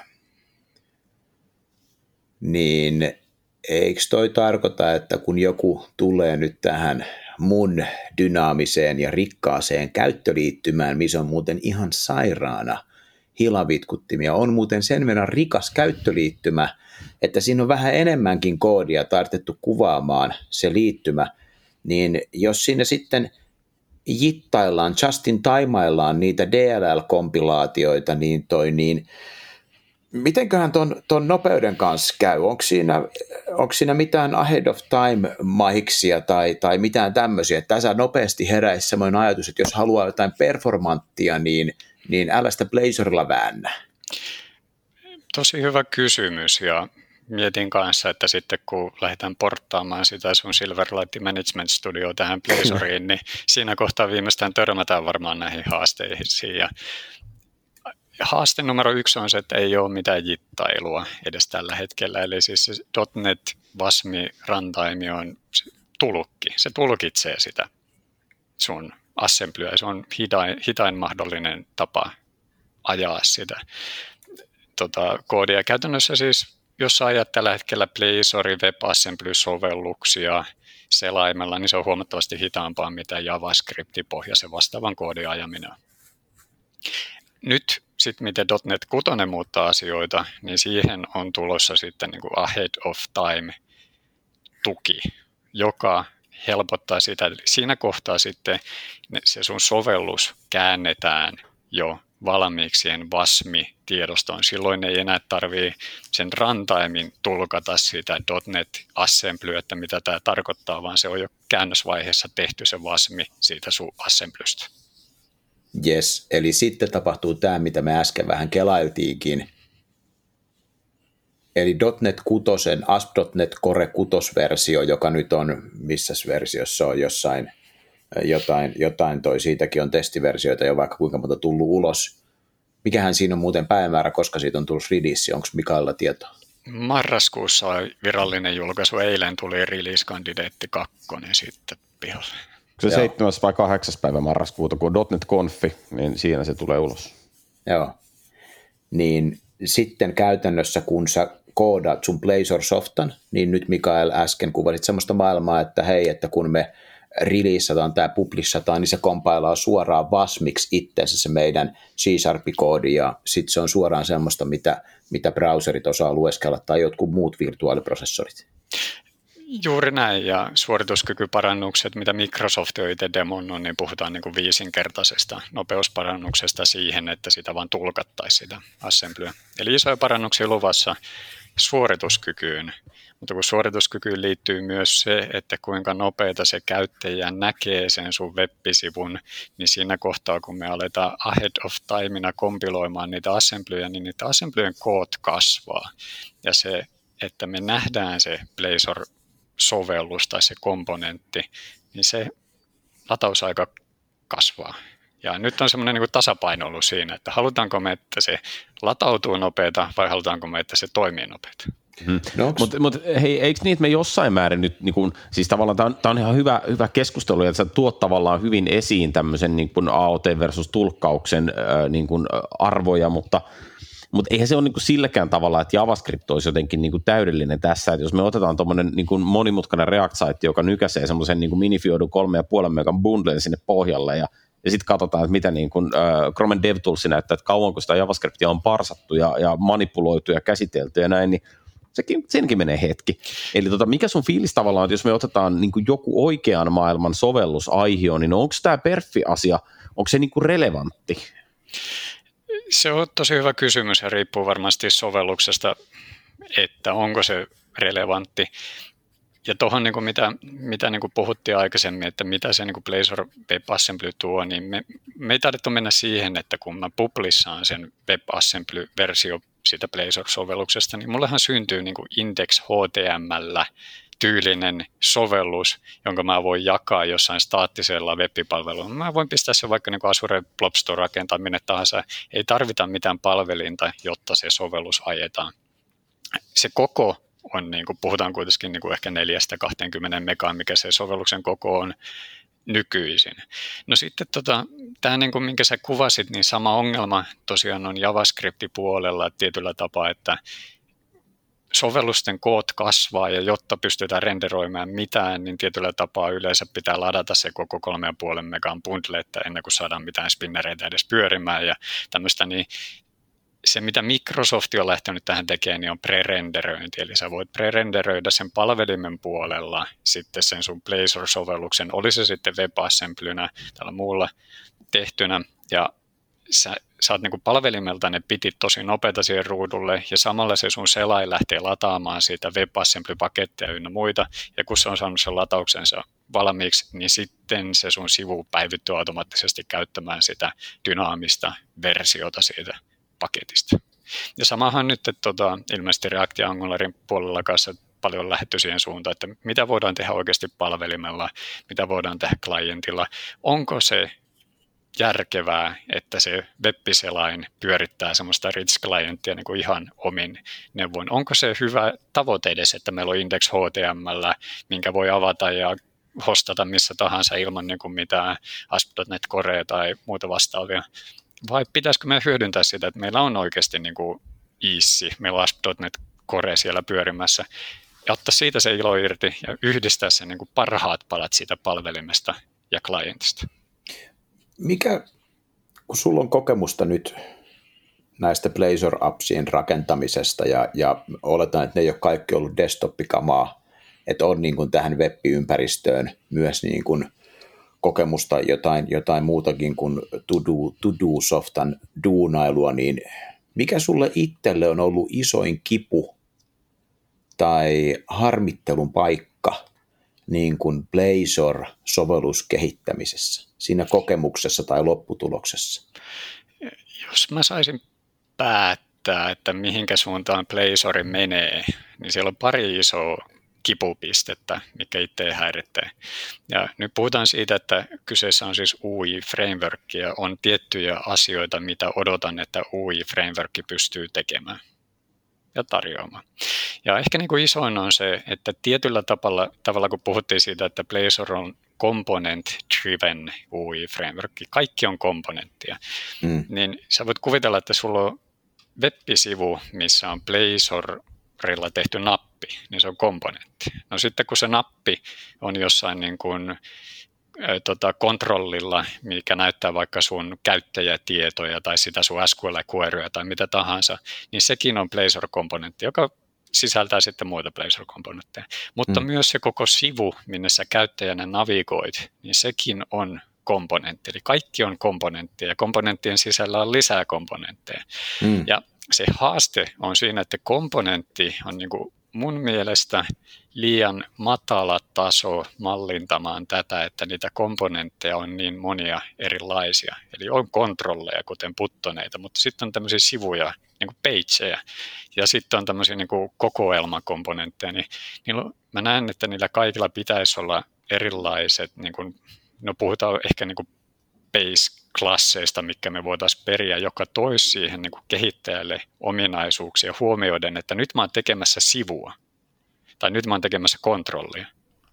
Niin eikö toi tarkoita, että kun joku tulee nyt tähän mun dynaamiseen ja rikkaaseen käyttöliittymään, missä on muuten ihan sairaana hilavitkuttimia, on muuten sen verran rikas käyttöliittymä, että siinä on vähän enemmänkin koodia tarvittu kuvaamaan se liittymä, niin jos siinä sitten jittaillaan, justin taimaillaan niitä D L L-kompilaatioita, niin toi niin, mitenköhän ton, ton nopeuden kanssa käy? Onko siinä, onko siinä mitään ahead of time mahiksia tai, tai mitään tämmöisiä? Tässä nopeasti heräisi semmoinen ajatus, että jos haluaa jotain performanttia, niin, niin älä sitä Blazorilla väännä. Tosi hyvä kysymys ja mietin kanssa, että sitten kun lähdetään porttaamaan sitä sun Silverlight Management Studio tähän Blazoriin, niin siinä kohtaa viimeistään törmätään varmaan näihin haasteisiin. Ja haaste numero yksi on se, että ei ole mitään jittailua edes tällä hetkellä. Eli siis se .NET Wasmi Runtime on tulkki. Se tulkitsee sitä sun assemblyä. Se on hitain, hitain mahdollinen tapa ajaa sitä tota, koodia. Käytännössä siis jos ajat tällä hetkellä Blazori WebAssembly-sovelluksia selaimella, niin se on huomattavasti hitaampaa, mitä JavaScript-pohjaisen vastaavan koodin ajaminen. Nyt sitten miten .NET kuusi muuttaa asioita, niin siihen on tulossa sitten niin kuin ahead of time tuki, joka helpottaa sitä. Siinä kohtaa sitten se sun sovellus käännetään jo valmiiksien Wasmi-tiedostoon. Silloin ei enää tarvitse sen runtimein tulkata sitä .NET Assemblyä, että mitä tämä tarkoittaa, vaan se on jo käännösvaiheessa tehty se Wasmi siitä sun assemblystä. Yes, eli sitten tapahtuu tämä, mitä me äsken vähän kelailtiinkin. Eli .NET kuusi, A S P.NET Core kuusi-versio, joka nyt on, missä versiossa on jossain jotain, jotain toi, siitäkin on testiversioita jo vaikka kuinka monta tullut ulos. Mikähän siinä on muuten päivämäärä, koska siitä on tullut release, onko Mikaella tietoa? Marraskuussa on virallinen julkaisu, eilen tuli release-kandideetti kakkonen sitten pihalle. Se seitsemäs vai kahdeksas päivä marraskuuta, kun on .NET Confi, niin siinä se tulee ulos. Joo, niin sitten käytännössä kun sä koodaat sun Blazor softan, niin nyt Mikael äsken kuvasit semmoista maailmaa, että hei, että kun me releasataan tai publishataan, niin se kompailaa suoraan Wasmiksi itsensä se meidän C-Sharp-koodi, ja sitten se on suoraan semmoista, mitä, mitä browserit osaa lueskella, tai jotkut muut virtuaaliprosessorit. Juuri näin, ja suorituskykyparannukset, mitä Microsoft on itse demonnut, niin puhutaan niin kuin viisinkertaisesta nopeusparannuksesta siihen, että sitä vaan tulkattaisiin sitä assemblyä. Eli isoja parannuksia luvassa suorituskykyyn, mutta kun suorituskykyyn liittyy myös se, että kuinka nopeata se käyttäjä näkee sen sun web-sivun, niin siinä kohtaa, kun me aletaan ahead of timena kompiloimaan niitä assemblyjä, niin niitä assemblyjen koot kasvaa, ja se, että me nähdään se Blazor sovellus tai se komponentti, niin se latausaika kasvaa. Ja nyt on semmoinen niin kuin tasapaino ollut siinä, että halutaanko me, että se latautuu nopeata vai halutaanko me, että se toimii nopeata. Mm. No, mutta mut, hei, eikö niin, että me jossain määrin nyt, niin kun, siis tavallaan tämä on, on ihan hyvä, hyvä keskustelu, että sä tuot tavallaan hyvin esiin tämmöisen niin kun A O T versus tulkkauksen äh, niin kun arvoja, mutta Mutta eihän se ole niinku silläkään tavalla, että JavaScript olisi jotenkin niinku täydellinen tässä, että jos me otetaan tuommoinen niinku monimutkainen React-site, joka nykäisee semmoisen niinku minifioidun kolme ja puolen megan bundlen sinne pohjalle, ja, ja sitten katsotaan, että mitä niinku, äh, Chrome DevTools näyttää, että kauanko sitä JavaScriptia on parsattu ja, ja manipuloitu ja käsitelty ja näin, niin sekin, senkin menee hetki. Eli tota, mikä sun fiilis tavallaan, että jos me otetaan niinku joku oikean maailman sovellusaihio, niin onko tämä perfi-asia, onko se niinku relevantti? Se on tosi hyvä kysymys ja riippuu varmasti sovelluksesta, että onko se relevantti. Ja tuohon, niin mitä, mitä niin puhuttiin aikaisemmin, että mitä se niin Blazor WebAssembly tuo, niin me, me ei taidettu mennä siihen, että kun mä publissaan sen WebAssembly-versio siitä Blazor-sovelluksesta, niin mullehan syntyy niin Index H T M L tyylinen sovellus, jonka mä voin jakaa jossain staattisella web-palvelulla. Mä voin pistää sen vaikka niin kuin Azure Blob Store rakentaa minne tahansa. Ei tarvita mitään palvelinta, jotta se sovellus ajetaan. Se koko on, niin kuin, puhutaan kuitenkin niin kuin ehkä neljästä kaksikymmentä megaa, mikä se sovelluksen koko on nykyisin. No sitten tota, tämä, niin kuin, minkä sä kuvasit, niin sama ongelma tosiaan on JavaScript-puolella tietyllä tapaa, että sovellusten koot kasvaa, ja jotta pystytään renderoimaan mitään, niin tietyllä tapaa yleensä pitää ladata se koko kolme ja puolen megan bundle, että ennen kuin saadaan mitään spinnereitä edes pyörimään ja tämmöistä, niin se, mitä Microsoft on lähtenyt tähän tekemään, niin on pre-renderöinti, eli sä voit pre-renderöidä sen palvelimen puolella sitten sen sun Blazor-sovelluksen, oli se sitten WebAssemblynä tällä muulla tehtynä, ja sä saat niin kuin palvelimelta ne bitit tosi nopeita siihen ruudulle, ja samalla se sun selain lähtee lataamaan siitä WebAssembly-paketteja ynnä muita, ja kun se on saanut sen latauksensa valmiiksi, niin sitten se sun sivu päivittyy automaattisesti käyttämään sitä dynaamista versiota siitä paketista. Ja samahan nyt, että tota, ilmeisesti React ja Angularin puolella kanssa paljon lähdetty siihen suuntaan, että mitä voidaan tehdä oikeasti palvelimella, mitä voidaan tehdä klientilla, onko se järkevää, että se web-selain pyörittää semmoista rich-klienttia niin kuin ihan omin neuvoin. Onko se hyvä tavoite edes, että meillä on Index H T M L, minkä voi avata ja hostata missä tahansa ilman niin kuin mitään A S P piste net Core tai muuta vastaavia? Vai pitäisikö me hyödyntää sitä, että meillä on oikeasti niin kuin easy, meillä on A S P piste net Core siellä pyörimässä, ja ottaa siitä se ilo irti ja yhdistää sen niin kuin parhaat palat siitä palvelimesta ja klientista. Mikä, kun sulla on kokemusta nyt näistä Blazor-appsien rakentamisesta, ja, ja oletan, että ne ei ole kaikki ollut desktop-kamaa, että on niin kuin tähän web-ympäristöön myös niin kuin kokemusta jotain, jotain muutakin kuin to-do-softan duunailua, niin mikä sulle itselle on ollut isoin kipu tai harmittelun paikka niin kuin Blazor-sovelluskehittämisessä, siinä kokemuksessa tai lopputuloksessa? Jos mä saisin päättää, että mihinkä suuntaan Blazor menee, niin siellä on pari isoa kipupistettä, mikä itse häiritsee. Ja nyt puhutaan siitä, että kyseessä on siis U I-framework ja on tiettyjä asioita, mitä odotan, että U I-framework pystyy tekemään ja tarjoamaan. Ja ehkä niin kuin isoin on se, että tietyllä tavalla, tavalla kun puhuttiin siitä, että Blazor on component-driven U I-framework, kaikki on komponenttia, mm. niin sä voit kuvitella, että sulla on web-sivu, missä on Blazorilla tehty nappi, niin se on komponentti. No sitten kun se nappi on jossain niin kuin, ä, tota, kontrollilla, mikä näyttää vaikka sun käyttäjätietoja tai sitä sun S Q L-queryä tai mitä tahansa, niin sekin on Blazor-komponentti, joka sisältää sitten muita Blazor-komponentteja. Mutta mm. myös se koko sivu, minne sä käyttäjänä navigoit, niin sekin on komponentti. Eli kaikki on komponenttia ja komponenttien sisällä on lisää komponentteja. Mm. Ja se haaste on siinä, että komponentti on niin kuin mun mielestä liian matala taso mallintamaan tätä, että niitä komponentteja on niin monia erilaisia. Eli on kontrolleja, kuten buttoneita, mutta sitten on tämmöisiä sivuja, niin kuin pageja, ja sitten on tämmöisiä niin kuin kokoelmakomponentteja. Niin, niin mä näen, että niillä kaikilla pitäisi olla erilaiset, niin kuin, no puhutaan ehkä niin kuin base-klasseista, mitkä me voitaisiin periä, joka toisi siihen niin kuin kehittäjälle ominaisuuksia huomioiden, että nyt mä oon tekemässä sivua, tai nyt mä oon tekemässä kontrollia.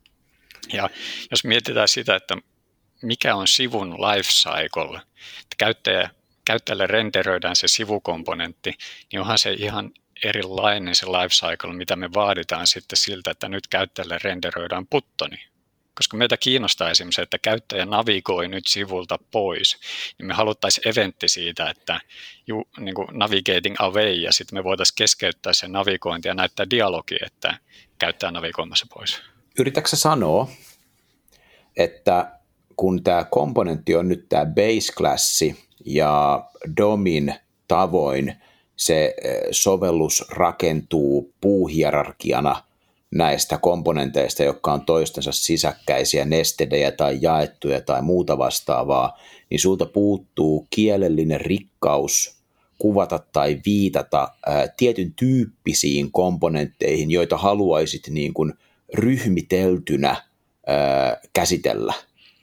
Ja jos mietitään sitä, että mikä on sivun life cycle, että käyttäjä, käyttäjälle renderöidään se sivukomponentti, niin onhan se ihan erilainen se life cycle, mitä me vaaditaan sitten siltä, että nyt käyttäjälle renderöidään buttoni. Koska meitä kiinnostaa esimerkiksi se, että käyttäjä navigoi nyt sivulta pois, niin me haluttaisiin eventti siitä, että you, niin kuin navigating away, ja sitten me voitaisiin keskeyttää sen navigointi ja näyttää dialogi, että käyttäjä navigoimassa pois. Yritätkö sanoa, että kun tämä komponentti on nyt tämä base-klassi ja domin tavoin se sovellus rakentuu puuhierarkiana näistä komponenteista, jotka on toistensa sisäkkäisiä nestedejä tai jaettuja tai muuta vastaavaa, niin sulta puuttuu kielellinen rikkaus kuvata tai viitata ää, tietyn tyyppisiin komponentteihin, joita haluaisit niin kuin ryhmiteltynä ää, käsitellä.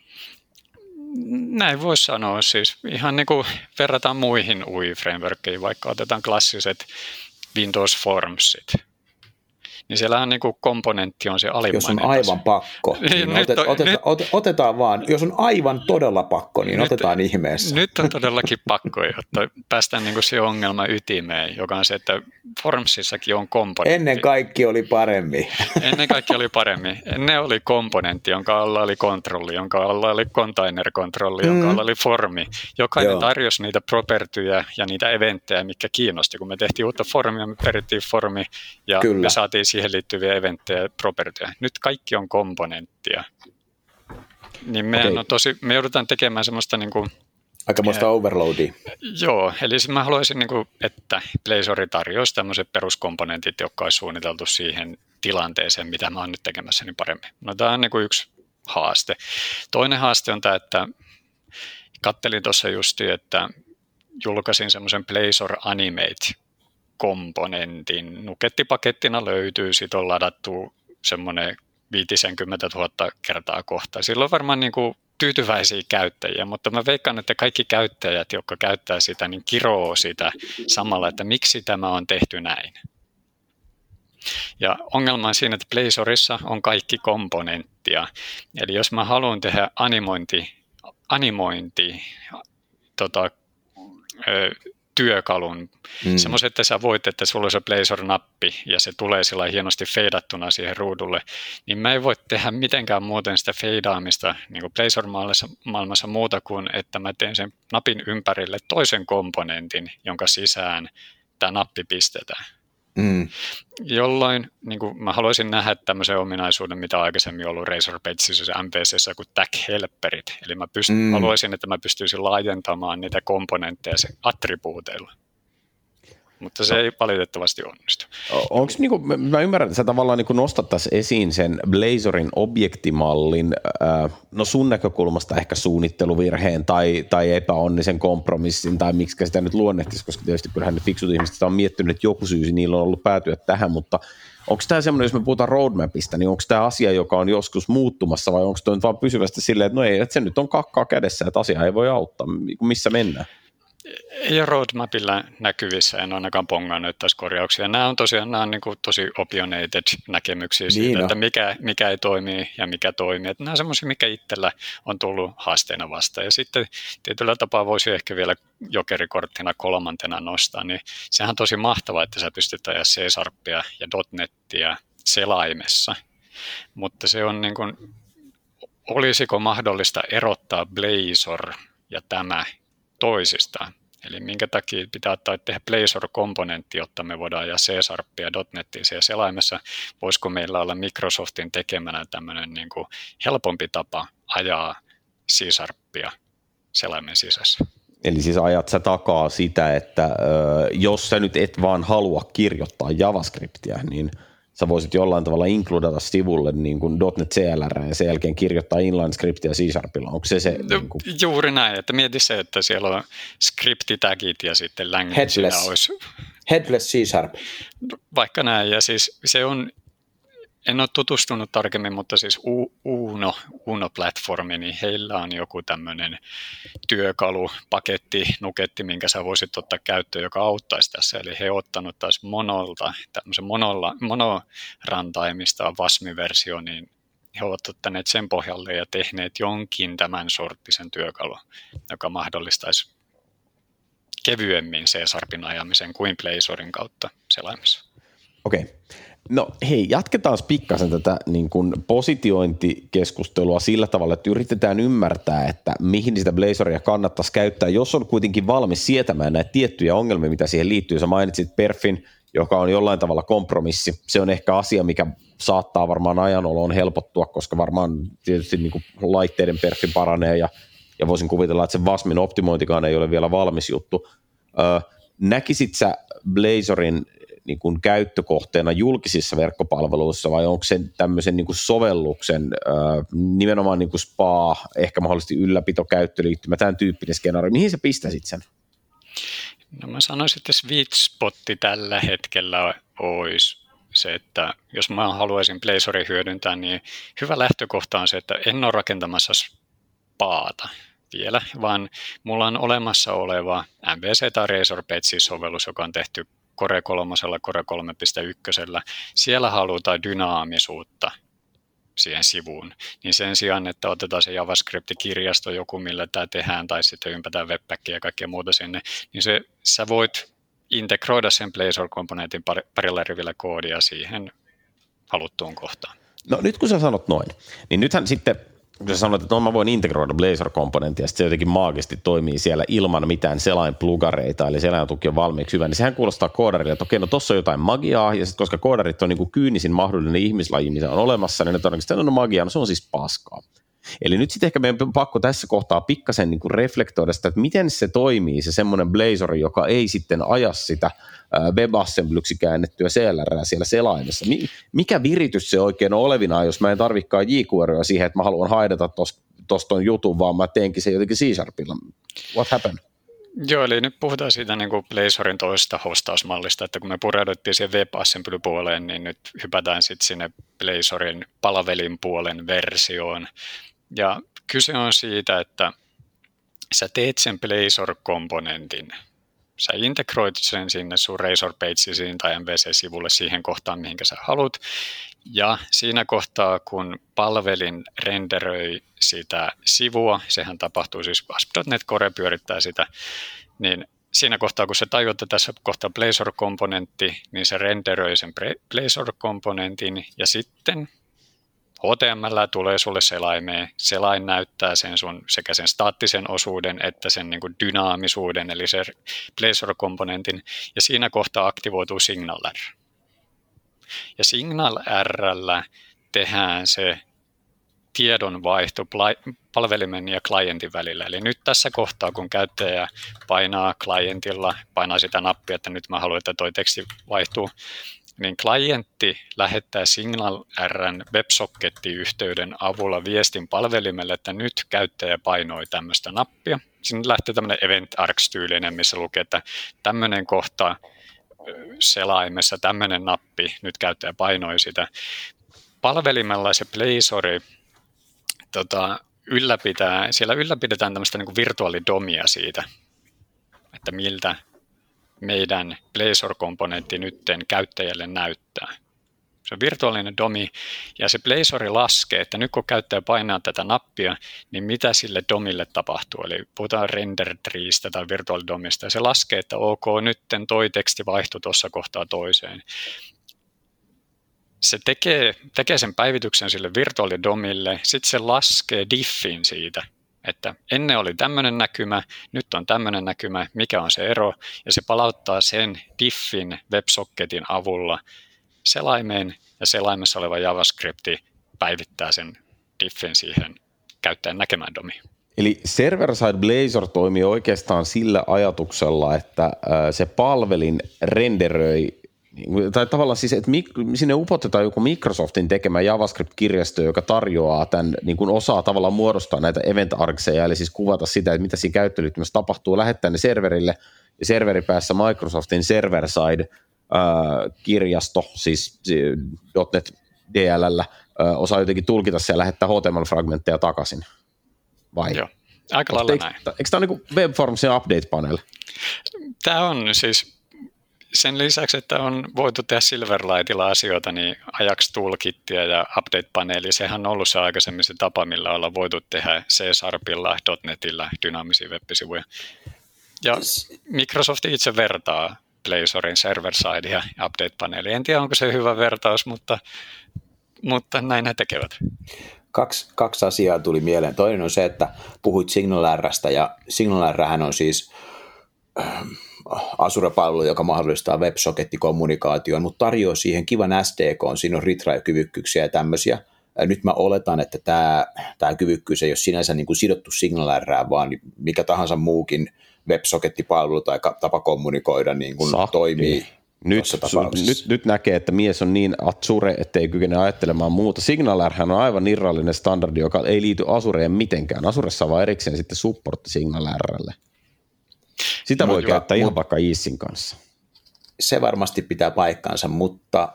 Näin voisi sanoa, siis ihan niin kuin verrataan muihin U I-frameworkkeihin, vaikka otetaan klassiset Windows Formsit. Niin siellähän niin kuin komponentti on se alimmainen. Jos on aivan taso. pakko, niin otet, on, oteta, nyt, ot, otetaan vaan. Jos on aivan todella pakko, niin nyt, otetaan ihmeessä. Nyt on todellakin pakko, jotta päästään niin kuin siihen ongelman ytimeen, joka on se, että Formsissakin on komponentti. Ennen kaikki oli paremmin. Ennen kaikki oli paremmin. Ennen oli komponentti, jonka alla oli kontrolli, jonka alla oli container-kontrolli, jonka mm. alla oli formi. Jokainen Joo. tarjosi niitä propertyjä ja niitä eventtejä, mitkä kiinnosti. Kun me tehtiin uutta formia, me perittiin formi ja Kyllä. me saatiin siihen liittyviä eventtejä ja propertyjä. Nyt kaikki on komponenttia. Niin me, okay. no tosi, me joudutaan tekemään semmoista niin kuin aikamoista overloadia. Joo, eli mä haluaisin, niin kuin, että Blazor tarjoaisi tämmöiset peruskomponentit, jotka olisi suunniteltu siihen tilanteeseen, mitä mä oon nyt tekemässä niin paremmin. No tämä on niin kuin yksi haaste. Toinen haaste on tämä, että kattelin tuossa justi, että julkaisin semmoisen Blazor Animate-komponentin. Nukettipakettina löytyy, siitä on ladattu semmoinen viisikymmentätuhatta kertaa kohta. Sillä on varmaan niin kuin tyytyväisiä käyttäjiä, mutta mä veikkaan, että kaikki käyttäjät, jotka käyttää sitä, niin kiroo sitä samalla, että miksi tämä on tehty näin. Ja ongelma on siinä, että Blazorissa on kaikki komponenttia. Eli jos mä haluan tehdä animointi, animointi tota, ö, työkalun, mm. semmoisen, että sä voit, että sulla on se Blazor-nappi ja se tulee sillä hienosti feidattuna siihen ruudulle, niin mä en voi tehdä mitenkään muuten sitä feidaamista niin kuin Blazor-maailmassa muuta kuin, että mä teen sen napin ympärille toisen komponentin, jonka sisään tämä nappi pistetään. Mm. Jolloin niin kuin mä haluaisin nähdä tämmöisen ominaisuuden, mitä aikaisemmin on ollut Razor Pagesissa ja M V C:ssä kuin tag-helperit. Eli mä pyst- mm. haluaisin, että mä pystyisin laajentamaan niitä komponentteja attribuuteilla. mutta se no. ei valitettavasti onnistu. Onko, niin kuin, mä ymmärrän, että sä tavallaan niin nostat tässä esiin sen Blazorin objektimallin, äh, no sun näkökulmasta ehkä suunnitteluvirheen tai, tai epäonnisen kompromissin, tai miksi sitä nyt luonnehtisi, koska tietysti kyllähän ne fiksut ihmiset sitä on miettinyt, että joku syy niillä on ollut päätyä tähän, mutta onko tämä semmoinen, jos me puhutaan roadmapista, niin onko tämä asia, joka on joskus muuttumassa, vai onko tuo nyt vaan pysyvästi silleen, että no ei, että se nyt on kakkaa kädessä, että asia ei voi auttaa, missä mennään? Ei ole roadmapilla näkyvissä, en ainakaan pongannut tässä korjauksia. Nämä on tosiaan nämä on niin kuin tosi opinionated näkemyksiä niin siitä, no. että mikä, mikä ei toimi ja mikä toimii. Että nämä on semmoisia, mikä itsellä on tullut haasteena vastaan. Ja sitten tietyllä tapaa voisi ehkä vielä jokerikorttina kolmantena nostaa, niin sehän on tosi mahtavaa, että sä pystyt ajaa C-Sharpia ja .NETiä selaimessa. Mutta se on niin kuin, olisiko mahdollista erottaa Blazor ja tämä toisistaan. Eli minkä takia pitää ottaa tehdä Blazor-komponentti, jotta me voidaan ajaa C-Sharpia ja .NETiä siellä selaimessa. Voisiko meillä olla Microsoftin tekemänä tämmöinen niin kuin helpompi tapa ajaa C-Sharpia selaimen sisässä? Eli siis ajat sä takaa sitä, että ö, jos sä nyt et vaan halua kirjoittaa JavaScriptia, niin sä voisit jollain tavalla inkludata sivulle niin kuin .NET C L R ja sen jälkeen kirjoittaa inline-skriptiä C-Sharpilla. Onko se se? No, niin kuin... Juuri näin, että mieti se, että siellä on scriptitagit ja sitten language. Olisi... Headless C-Sharp. Vaikka näin, ja siis se on, en ole tutustunut tarkemmin, mutta siis Uno, Uno-platformi, niin heillä on joku tämmöinen työkalu, paketti, nuketti, minkä sä voisit ottaa käyttöön, joka auttaisi tässä. Eli he on ottanut taas monolta, tämmöisen monolla, monorantaimista Wasm-versio, niin he ovat ottaneet sen pohjalle ja tehneet jonkin tämän sorttisen työkalu, joka mahdollistaisi kevyemmin C-Sharpin ajamisen kuin Blazorin kautta selaimessa. Okei. Okay. No hei, jatketaan pikkasen tätä niin kuin positiointikeskustelua sillä tavalla, että yritetään ymmärtää, että mihin sitä Blazoria kannattaisi käyttää, jos on kuitenkin valmis sietämään näitä tiettyjä ongelmia, mitä siihen liittyy. Sä mainitsit perfin, joka on jollain tavalla kompromissi. Se on ehkä asia, mikä saattaa varmaan ajanoloon helpottua, koska varmaan tietysti niin kuin laitteiden perfi paranee ja, ja voisin kuvitella, että se Wasmin optimointikaan ei ole vielä valmis juttu. Öö, näkisit sä Blazorin niin kuin käyttökohteena julkisissa verkkopalveluissa vai onko se tämmöisen niin kuin sovelluksen äh, nimenomaan niin kuin spa, ehkä mahdollisesti ylläpito, käyttöliittymä, tämän tyyppinen skenaario. Mihin sä pistäisit sen? No mä sanoisin, että sweet spotti tällä hetkellä olisi se, että jos mä haluaisin Blazoria hyödyntää, niin hyvä lähtökohta on se, että en ole rakentamassa spaata vielä, vaan mulla on olemassa oleva M V C tai Razor Pages-sovellus, joka on tehty Core kolme, Core kolme piste yksi. Siellä halutaan dynaamisuutta siihen sivuun. Niin sen sijaan, että otetaan se JavaScript-kirjasto joku, millä tämä tehdään, tai sitten ympätään webpackia ja kaikkea muuta sinne, niin se, sä voit integroida sen Blazor-komponentin parilla rivillä koodia siihen haluttuun kohtaan. No nyt kun sä sanot noin, niin nythän sitten kun sä sanoit, että no, mä voin integroida Blazor-komponentin ja sitten se jotenkin maagisesti toimii siellä ilman mitään selainplugareita, eli selaintuki on valmiiksi hyvä, niin sehän kuulostaa koodarille, että okei, no tossa on jotain magiaa, ja sitten koska koodarit on niin kuin kyynisin mahdollinen ihmislaji, mitä on olemassa, niin ne todennäköisesti on no, magiaa, no se on siis paskaa. Eli nyt sitten ehkä meidän on pakko tässä kohtaa pikkasen niin kuin reflektoida sitä, että miten se toimii, se semmoinen Blazor, joka ei sitten aja sitä WebAssemblyksi käännettyä C L R siellä selaimessa. Mikä viritys se oikein on olevinaan, jos mä en tarvikaan jQueryä siihen, että mä haluan haidata tuosta ton jutun, vaan mä teenkin se jotenkin C-Sharpilla. What happened? Joo, eli nyt puhutaan siitä niin kuin Blazorin toisesta hostausmallista, että kun me pureuduttiin siihen WebAssembly-puoleen, niin nyt hypätään sitten sinne Blazorin palvelinpuolen versioon. Ja kyse on siitä, että sä teet sen Blazor-komponentin, sä integroit sen sinne sun Razor Pagesiin tai M V C-sivulle siihen kohtaan, mihinkä sä haluat. Ja siinä kohtaa, kun palvelin renderöi sitä sivua, sehän tapahtuu siis A S P piste net Core pyörittää sitä, niin siinä kohtaa, kun se tajuaa, että tässä kohtaa Blazor-komponentti, niin se renderöi sen Blazor-komponentin ja sitten H T M L tulee sulle selaimeen. Selain näyttää sen sun sekä sen staattisen osuuden että sen niin kuin dynaamisuuden, eli se Blazor-komponentin, ja siinä kohtaa aktivoituu Signal R. Ja Signal R:llä tehdään se tiedonvaihto palvelimen ja klientin välillä. Eli nyt tässä kohtaa, kun käyttäjä painaa klientilla, painaa sitä nappia, että nyt mä haluan, että toi teksti vaihtuu, niin klientti lähettää SignalR:n WebSocket-yhteyden avulla viestin palvelimelle, että nyt käyttäjä painoi tämmöistä nappia. Sinne lähtee tämmöinen EventArcs-tyylinen, missä lukee, että tämmöinen kohta selaimessa, tämmöinen nappi, nyt käyttäjä painoi sitä. Palvelimella se Blazori tota, ylläpitää, siellä ylläpidetään tämmöistä niin kuin virtuaalidomia siitä, että miltä meidän Blazor-komponentti nytten käyttäjälle näyttää. Se on virtuaalinen domi, ja se Blazori laskee, että nyt kun käyttäjä painaa tätä nappia, niin mitä sille domille tapahtuu. Eli puhutaan render treestä tai virtuaalidomista, ja se laskee, että ok, nytten toi teksti vaihtui tuossa kohtaa toiseen. Se tekee, tekee sen päivityksen sille virtuaalidomille, sitten se laskee diffin siitä, että ennen oli tämmöinen näkymä, nyt on tämmöinen näkymä, mikä on se ero, ja se palauttaa sen diffin WebSocketin avulla selaimeen, ja selaimessa oleva JavaScripti päivittää sen diffin siihen käyttäjän näkemään domiin. Eli server-side Blazor toimii oikeastaan sillä ajatuksella, että se palvelin renderöi, tai tavallaan siis, että sinne upotetaan joku Microsoftin tekemä JavaScript-kirjasto, joka tarjoaa tämän, niin kuin osaa tavallaan muodostaa näitä EventArcseja, eli siis kuvata sitä, että mitä siinä käyttöliittymässä tapahtuu, lähettää ne serverille, ja serveripäässä Microsoftin server-side-kirjasto, siis .NET D L L, osaa jotenkin tulkita se ja lähettää H T M L-fragmentteja takaisin. Vai? Joo, aika lailla näin. Eikö tämä ole niin WebFormsin update-panel? Tämä on siis... Sen lisäksi, että on voitu tehdä Silverlightilla asioita, niin ajaksi toolkittia ja update-paneeli, sehän on ollut se aikaisemmin se tapa, millä ollaan voitu tehdä C-Sharpilla, .NETillä dynaamisia web-sivuja. Ja Microsoft itse vertaa Blazorin server-side ja update-paneeli. En tiedä, onko se hyvä vertaus, mutta, mutta näin he tekevät. Kaksi, kaksi asiaa tuli mieleen. Toinen on se, että puhuit SignalR:stä, ja SignalRhän on siis Azure-palvelu, joka mahdollistaa WebSocket-kommunikaation, mutta tarjoaa siihen kivan S D K:n, siinä on retry-kyvykkyyksiä ja tämmöisiä. Nyt mä oletan, että tämä, tämä kyvykkyys ei ole sinänsä niin kuin sidottu SignalRään, vaan mikä tahansa muukin WebSocket-palvelu tai tapa kommunikoida niin kuin toimii. Nyt, nyt, nyt näkee, että mies on niin Azure, ettei kykene ajattelemaan muuta. SignalRhän on aivan irrallinen standardi, joka ei liity Azureen mitenkään. Azuressa on vaan erikseen sitten supportti SignalRlle. Sitä voi no, käyttää ihan vaikka Easin kanssa. Se varmasti pitää paikkaansa, mutta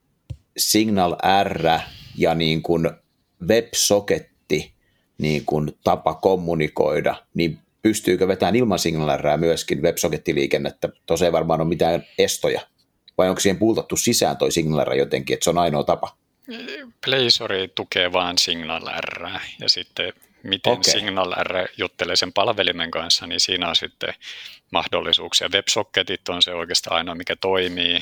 SignalR ja niin kuin WebSocketti niin kuin tapa kommunikoida, niin pystyykö vetämään ilman SignalRää myöskin WebSocket-liikennettä? Tuossa ei varmaan ole mitään estoja. Vai onko siihen pultattu sisään toi SignalR jotenkin, että se on ainoa tapa? Blazori tukee vaan SignalRää ja sitten miten okay. SignalR juttelee sen palvelimen kanssa, niin siinä on sitten mahdollisuuksia. WebSocketit on se oikeastaan ainoa, mikä toimii.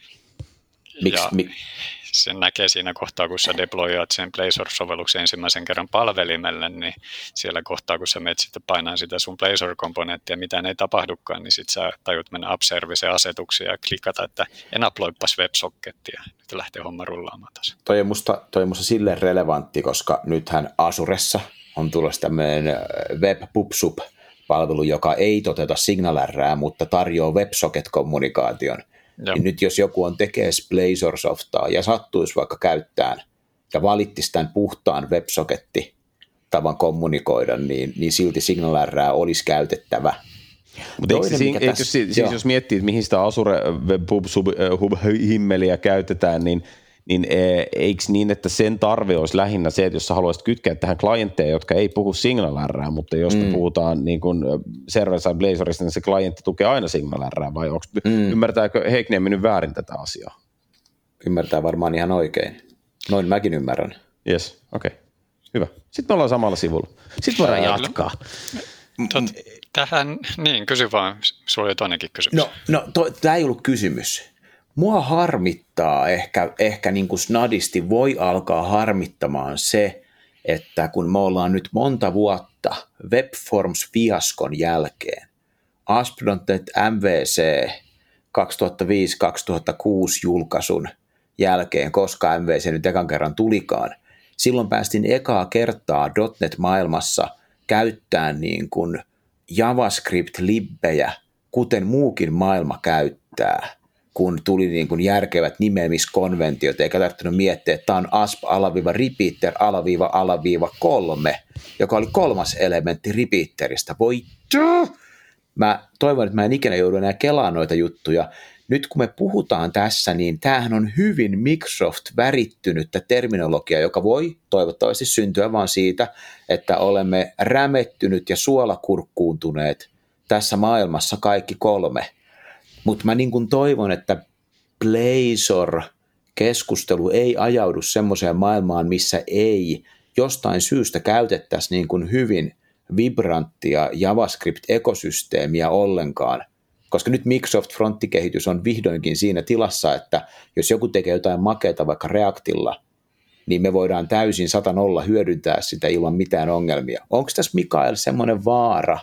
Miks, ja mi- sen näkee siinä kohtaa, kun sä deployaat sen Blazor-sovelluksen ensimmäisen kerran palvelimelle, niin siellä kohtaa, kun sä menet sitten painaa sitä sun Blazor-komponenttia, mitään ei tapahdukaan, niin sitten sä tajut mennä Upservice-asetuksia ja klikata, että enaploippas WebSockettia. Nyt lähtee homma rullaamaan taas. Toi on musta, toi on musta silleen relevantti, koska nythän Azuressa on tulossa tämmöinen WebPubSub-palvelu, joka ei toteuta SignalRää, mutta tarjoaa WebSocket-kommunikaation. Niin nyt jos joku on tekee Blazor-softaa ja sattuisi vaikka käyttämään ja valittisi tämän puhtaan WebSocket-tavan kommunikoida, niin, niin silti SignalRää olisi käytettävä. Mutta eikö, eikö tässä, siis, siis jos miettii, että mihin sitä Azure WebHub-himmeliä käytetään, niin niin eikö niin, että sen tarve olisi lähinnä se, että jos sä haluaisit kytkeä tähän klientteja, jotka ei puhu SignalRää, mutta jos mm. puhutaan niin kuin server-side Blazorista, niin se klientti tukee aina SignalRää, vai onko, mm. ymmärtääkö Heikki mennyt väärin tätä asiaa? Ymmärtää varmaan ihan oikein. Noin mäkin ymmärrän. Jes, okei. Okay. Hyvä. Sitten me ollaan samalla sivulla. Sitten voidaan Ää, jatkaa. Tot, tähän, niin kysy vaan, sulla oli toinenkin kysymys. No, no tämä ei ollut kysymys. Mua harmittaa ehkä, ehkä niin kuin snadisti voi alkaa harmittamaan se, että kun me ollaan nyt monta vuotta WebForms-fiaskon jälkeen, A S P punto net M V C kaksituhattaviisi kaksituhattakuusi julkaisun jälkeen, koska M V C nyt ekan kerran tulikaan, silloin päästiin ekaa kertaa .dot net-maailmassa käyttämään niin kuin JavaScript-libbejä, kuten muukin maailma käyttää, kun tuli niin kuin järkevät nimeämiskonventiot, eikä tarvinnut miettiä, että tämä on asp-repeater-alaviiva-alaviiva-kolme, joka oli kolmas elementti repeateristä. Voi Mä toivon, että mä en ikinä joudu enää kelaamaan noita juttuja. Nyt kun me puhutaan tässä, niin tämähän on hyvin Microsoft-värittynyttä terminologiaa, joka voi toivottavasti syntyä vaan siitä, että olemme rämettynyt ja suolakurkkuuntuneet tässä maailmassa kaikki kolme. Mutta mä niin kuin toivon, että Blazor-keskustelu ei ajaudu semmoiseen maailmaan, missä ei jostain syystä käytettäisi niin kuin hyvin vibranttia JavaScript-ekosysteemiä ollenkaan, koska nyt Microsoft fronttikehitys on vihdoinkin siinä tilassa, että jos joku tekee jotain makeata vaikka Reactilla, niin me voidaan täysin sata nolla hyödyntää sitä ilman mitään ongelmia. Onko tässä, Mikael, semmoinen vaara?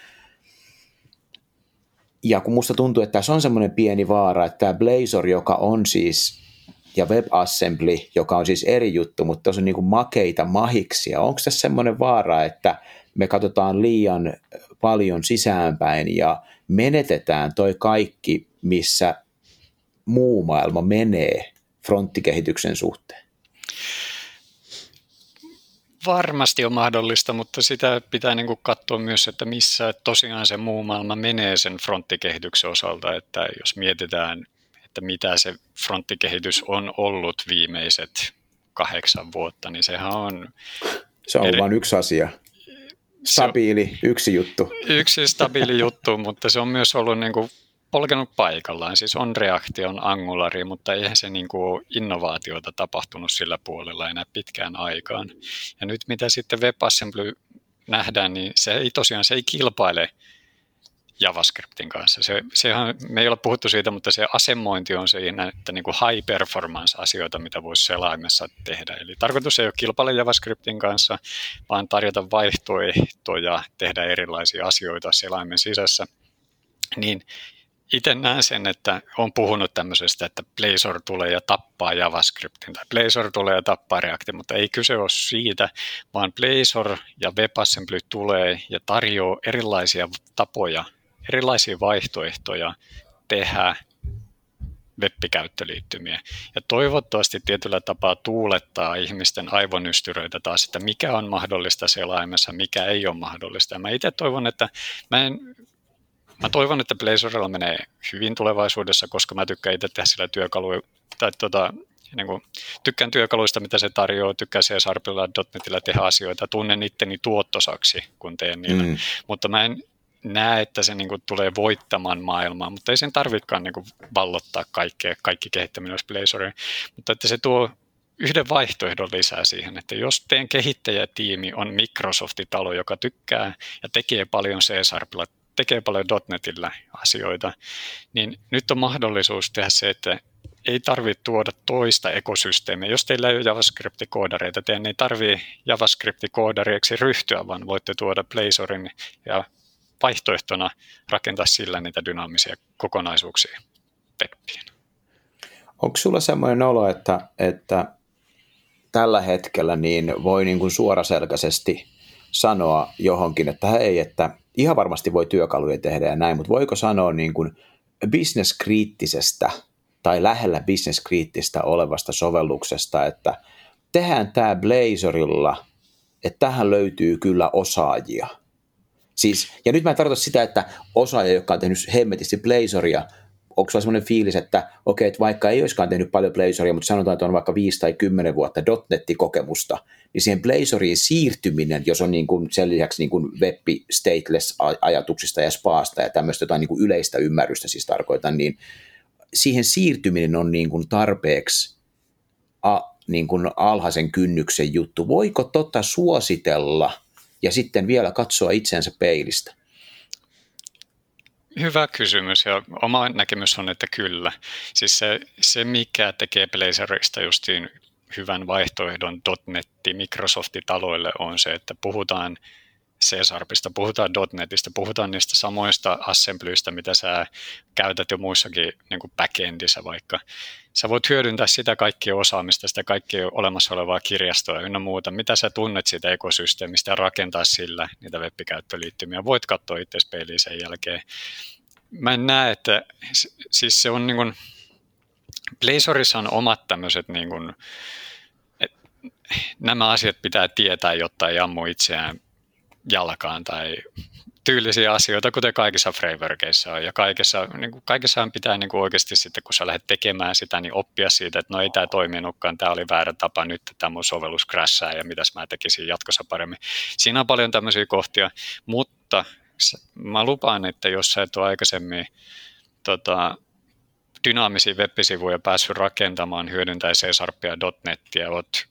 Ja kun musta tuntuu, että tässä on semmoinen pieni vaara, että tämä Blazor, joka on siis, ja WebAssembly, joka on siis eri juttu, mutta tuossa on niin kuin makeita mahiksia. Onko tässä semmoinen vaara, että me katsotaan liian paljon sisäänpäin ja menetetään toi kaikki, missä muu maailma menee fronttikehityksen suhteen? Varmasti on mahdollista, mutta sitä pitää niin kuin katsoa myös, että missä tosiaan se muu maailma menee sen fronttikehityksen osalta, että jos mietitään, että mitä se fronttikehitys on ollut viimeiset kahdeksan vuotta, niin sehän on... Se on eri... vain yksi asia. Stabiili, se yksi juttu. Yksi stabiili juttu, mutta se on myös ollut niin kuin polkenut paikallaan. Siis on React, on Angulari, mutta eihän se niin kuin innovaatiota tapahtunut sillä puolella enää pitkään aikaan. Ja nyt mitä sitten WebAssembly nähdään, niin se ei tosiaan se ei kilpaile JavaScriptin kanssa. Se, sehän, me ei ole puhuttu siitä, mutta se asemointi on siinä, että niin kuin high performance asioita, mitä voisi selaimessa tehdä. Eli tarkoitus ei ole kilpailla JavaScriptin kanssa, vaan tarjota vaihtoehtoja, tehdä erilaisia asioita selaimen sisässä. Niin itse näen sen, että olen puhunut tämmöisestä, että Blazor tulee ja tappaa JavaScriptin, tai Blazor tulee ja tappaa Reactin, mutta ei kyse ole siitä, vaan Blazor ja WebAssembly tulee ja tarjoaa erilaisia tapoja, erilaisia vaihtoehtoja tehdä web-käyttöliittymiä. Ja toivottavasti tietyllä tapaa tuulettaa ihmisten aivonystyröitä taas, että mikä on mahdollista selaimessa, mikä ei ole mahdollista. Ja mä itse toivon, että mä en... Mä toivon, että Blazorilla menee hyvin tulevaisuudessa, koska mä tykkään itse tehdä sillä työkaluja, tai tota, niin kuin, tykkään työkaluista, mitä se tarjoaa, tykkään C-Sharpilla ja .dot netillä tehdä asioita, tunnen itteni tuottosaksi, kun teen niillä, mm. mutta mä en näe, että se niin kuin, tulee voittamaan maailmaa, mutta ei sen tarvitsekaan niin kuin, vallottaa kaikkea, kaikki kehittäminen olisi Blazoriin, mutta että se tuo yhden vaihtoehdon lisää siihen, että jos teidän kehittäjätiimi on Microsoft-talo, joka tykkää ja tekee paljon C-Sharpilla, tekee paljon .dot netillä asioita, niin nyt on mahdollisuus tehdä se, että ei tarvitse tuoda toista ekosysteemiä. Jos teillä ei ole JavaScript-koodareita, teidän ei tarvitse JavaScript-koodarieksi ryhtyä, vaan voitte tuoda Blazorin ja vaihtoehtona rakentaa sillä niitä dynaamisia kokonaisuuksia webbiin. Onko sulla semmoinen olo, että, että tällä hetkellä niin voi niin kuin suoraselkäisesti sanoa johonkin, että hei, että ihan varmasti voi työkaluja tehdä ja näin, mutta voiko sanoa niin kuin business-kriittisestä tai lähellä business-kriittistä olevasta sovelluksesta, että tehdään tämä Blazorilla, että tähän löytyy kyllä osaajia. Siis, ja nyt mä en tarkoita sitä, että osaaja, joka on tehnyt hemmetisti Blazoria, onko sulla sellainen fiilis, että okei, että vaikka ei olisikaan tehnyt paljon Blazoria, mutta sanotaan, että on vaikka viisi tai kymmenen vuotta .dot net-kokemusta, niin siihen Blazoriin siirtyminen, jos on niin kuin sen lisäksi niin kuin web-stateless-ajatuksista ja spaasta ja tämmöistä jotain niin kuin yleistä ymmärrystä siis tarkoitan, niin siihen siirtyminen on niin kuin tarpeeksi a, niin kuin alhaisen kynnyksen juttu. Voiko tota suositella ja sitten vielä katsoa itsensä peilistä? Hyvä kysymys ja oma näkemys on, että kyllä. Siis se, se mikä tekee Blazorista justiin hyvän vaihtoehdon .dot net Microsoft-taloille on se, että puhutaan C-Sharpista, puhutaan .NETistä, puhutaan niistä samoista assemblyistä, mitä sä käytät jo muissakin niin kuin backendissä vaikka. Sä voit hyödyntää sitä kaikkia osaamista, sitä kaikkia olemassa olevaa kirjastoa ynnä muuta, mitä sä tunnet siitä ekosysteemistä ja rakentaa sillä niitä web-käyttöliittymiä. Voit katsoa itse peiliin sen jälkeen. Mä en näe, että siis se on niin kuin, Blazorissa on omat tämmöiset niin kuin, nämä asiat pitää tietää, jotta ei ammu itseään jalkaan tai tyylisiä asioita, kuten kaikissa frameworkeissa on. Ja kaikessa, niin kuin, kaikessahan pitää niin kuin oikeasti sitten, kun sä lähdet tekemään sitä, niin oppia siitä, että no ei tämä toiminutkaan, tämä oli väärä tapa, nyt tämä mun sovellus crashaa ja mitäs mä tekisin jatkossa paremmin. Siinä on paljon tämmöisiä kohtia, mutta mä lupaan, että jos sä et ole aikaisemmin tota, dynaamisia web-sivuja päässyt rakentamaan hyödyntäen C-Sharpia ja .NETiä, oot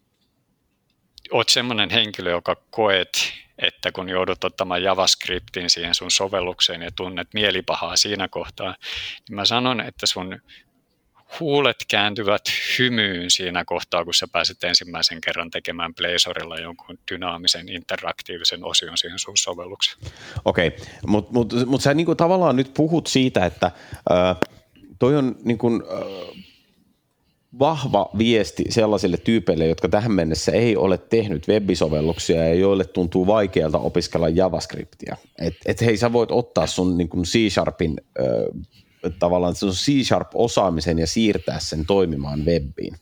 oot semmoinen henkilö, joka koet, että kun joudut ottamaan JavaScriptin siihen sun sovellukseen ja tunnet mielipahaa siinä kohtaa, niin mä sanon, että sun huulet kääntyvät hymyyn siinä kohtaa, kun sä pääset ensimmäisen kerran tekemään Blazorilla jonkun dynaamisen, interaktiivisen osion siihen sun sovellukseen. Okei, okay. mutta mut, mut sä niinku tavallaan nyt puhut siitä, että äh, toi on niinku, äh, vahva viesti sellaisille tyypeille, jotka tähän mennessä ei ole tehnyt web-sovelluksia ja joille tuntuu vaikealta opiskella JavaScriptia. Että et hei, sä voit ottaa sun niin kuin C-Sharpin äh, tavallaan sun C-Sharp-osaamisen ja siirtää sen toimimaan webbiin.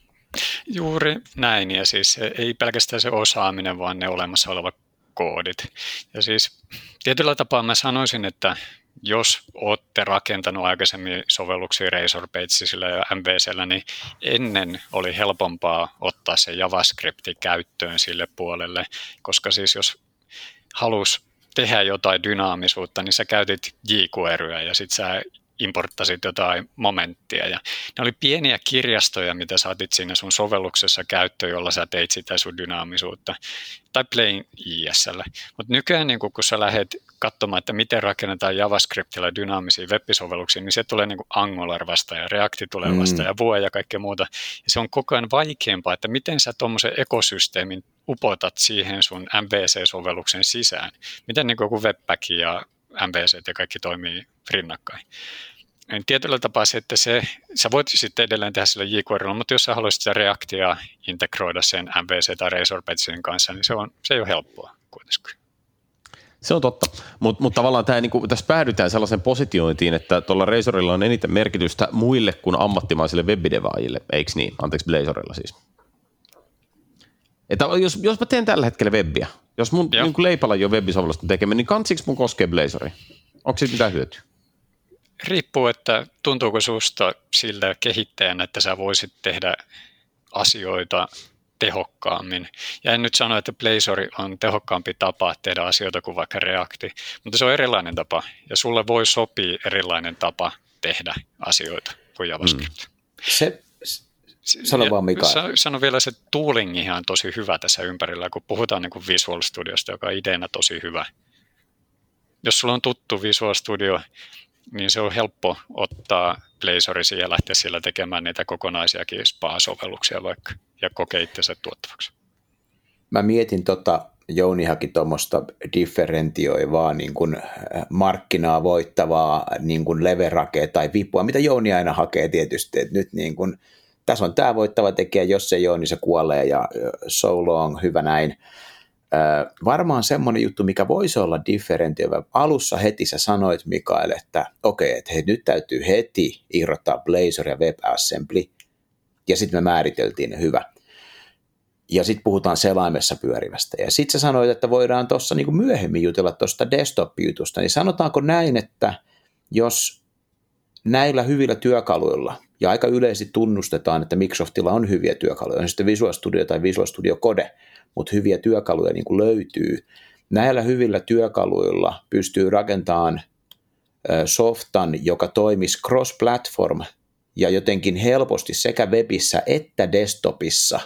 Juuri näin, ja siis ei pelkästään se osaaminen, vaan ne olemassa olevat koodit. Ja siis tietyllä tapaa mä sanoisin, että jos olette rakentanut aikaisemmin sovelluksia Razorpagella ja M V C:llä, niin ennen oli helpompaa ottaa se JavaScripti käyttöön sille puolelle, koska siis jos halusi tehdä jotain dynaamisuutta, niin sä käytit jQueryä ja sit sä importtasit jotain momenttia. Ja ne oli pieniä kirjastoja, mitä saatit siinä sun sovelluksessa käyttöön, jolla sä teit sitä sun dynaamisuutta. Tai plain I S:llä. Mutta nykyään niin kun sä lähdet katsomaan, että miten rakennetaan JavaScriptilla dynaamisia web-sovelluksia, niin se tulee niin kuin Angular vasta ja React tulee vasta mm. ja Vue ja kaikkea muuta. Ja se on koko ajan vaikeampaa, että miten sä tuommoisen ekosysteemin upotat siihen sun M V C-sovelluksen sisään. Miten niin kuin Webpack ja M V C ja kaikki toimii rinnakkain. En tietyllä tapaa se, että se, sä voit sitten edelleen tehdä sillä jQuerylla, mutta jos sä haluaisit sitä Reactia integroida sen M V C tai Razorpagin kanssa, niin se, on, se ei ole helppoa kuitenkin. Se on totta, mutta mut tavallaan tää, niinku, tässä päädytään sellaisen positiointiin, että tuolla Razorilla on eniten merkitystä muille kuin ammattimaisille webbidevaajille, eikö niin? Anteeksi, Blazorilla siis. Että jos, jos mä teen tällä hetkellä webbiä, jos mun niin leipalla ei ole webbisovellusta tekemään, niin kansiks mun koskee Blazoria? Onko siitä mitään hyötyä? Riippuu, että tuntuuko susta sillä kehittäjänä, että sä voisit tehdä asioita tehokkaammin. Ja en nyt sano, että Blazor on tehokkaampi tapa tehdä asioita kuin vaikka Reacti, mutta se on erilainen tapa, ja sulle voi sopia erilainen tapa tehdä asioita kuin JavaScript. Mm. Se, sano vaan Mikael. Sano vielä, se tooling ihan tosi hyvä tässä ympärillä, kun puhutaan niin kuin Visual Studiosta, joka on ideenä tosi hyvä. Jos sulla on tuttu Visual Studio, niin se on helppo ottaa Blazorisi ja lähteä sillä tekemään niitä kokonaisiakin spa-sovelluksia vaikka ja kokea itsensä tuottavaksi. Mä mietin tota, Jounihakin tuommoista differentioivaa niin kuin markkinaa voittavaa niin kuin leverakea tai vipua, mitä Jouni aina hakee tietysti, että nyt niin kuin, tässä on tämä voittava tekijä, jos se ei ole, niin se kuolee ja so long, hyvä näin. Äh, varmaan semmoinen juttu, mikä voisi olla differentioiva. Alussa heti sä sanoit, Mikael, että okei, okay, että hei, nyt täytyy heti irrottaa Blazor ja WebAssembly, ja sitten me määriteltiin ne hyvä. Ja sitten puhutaan selaimessa pyörivästä. Ja sitten sä sanoit, että voidaan tuossa niinku myöhemmin jutella tuosta desktop-jutusta, niin sanotaanko näin, että jos näillä hyvillä työkaluilla, ja aika yleisesti tunnustetaan, että Microsoftilla on hyviä työkaluja, on sitten Visual Studio tai Visual Studio Code, mutta hyviä työkaluja niin kuin löytyy. Näillä hyvillä työkaluilla pystyy rakentamaan softan, joka toimisi cross-platform ja jotenkin helposti sekä webissä että desktopissa,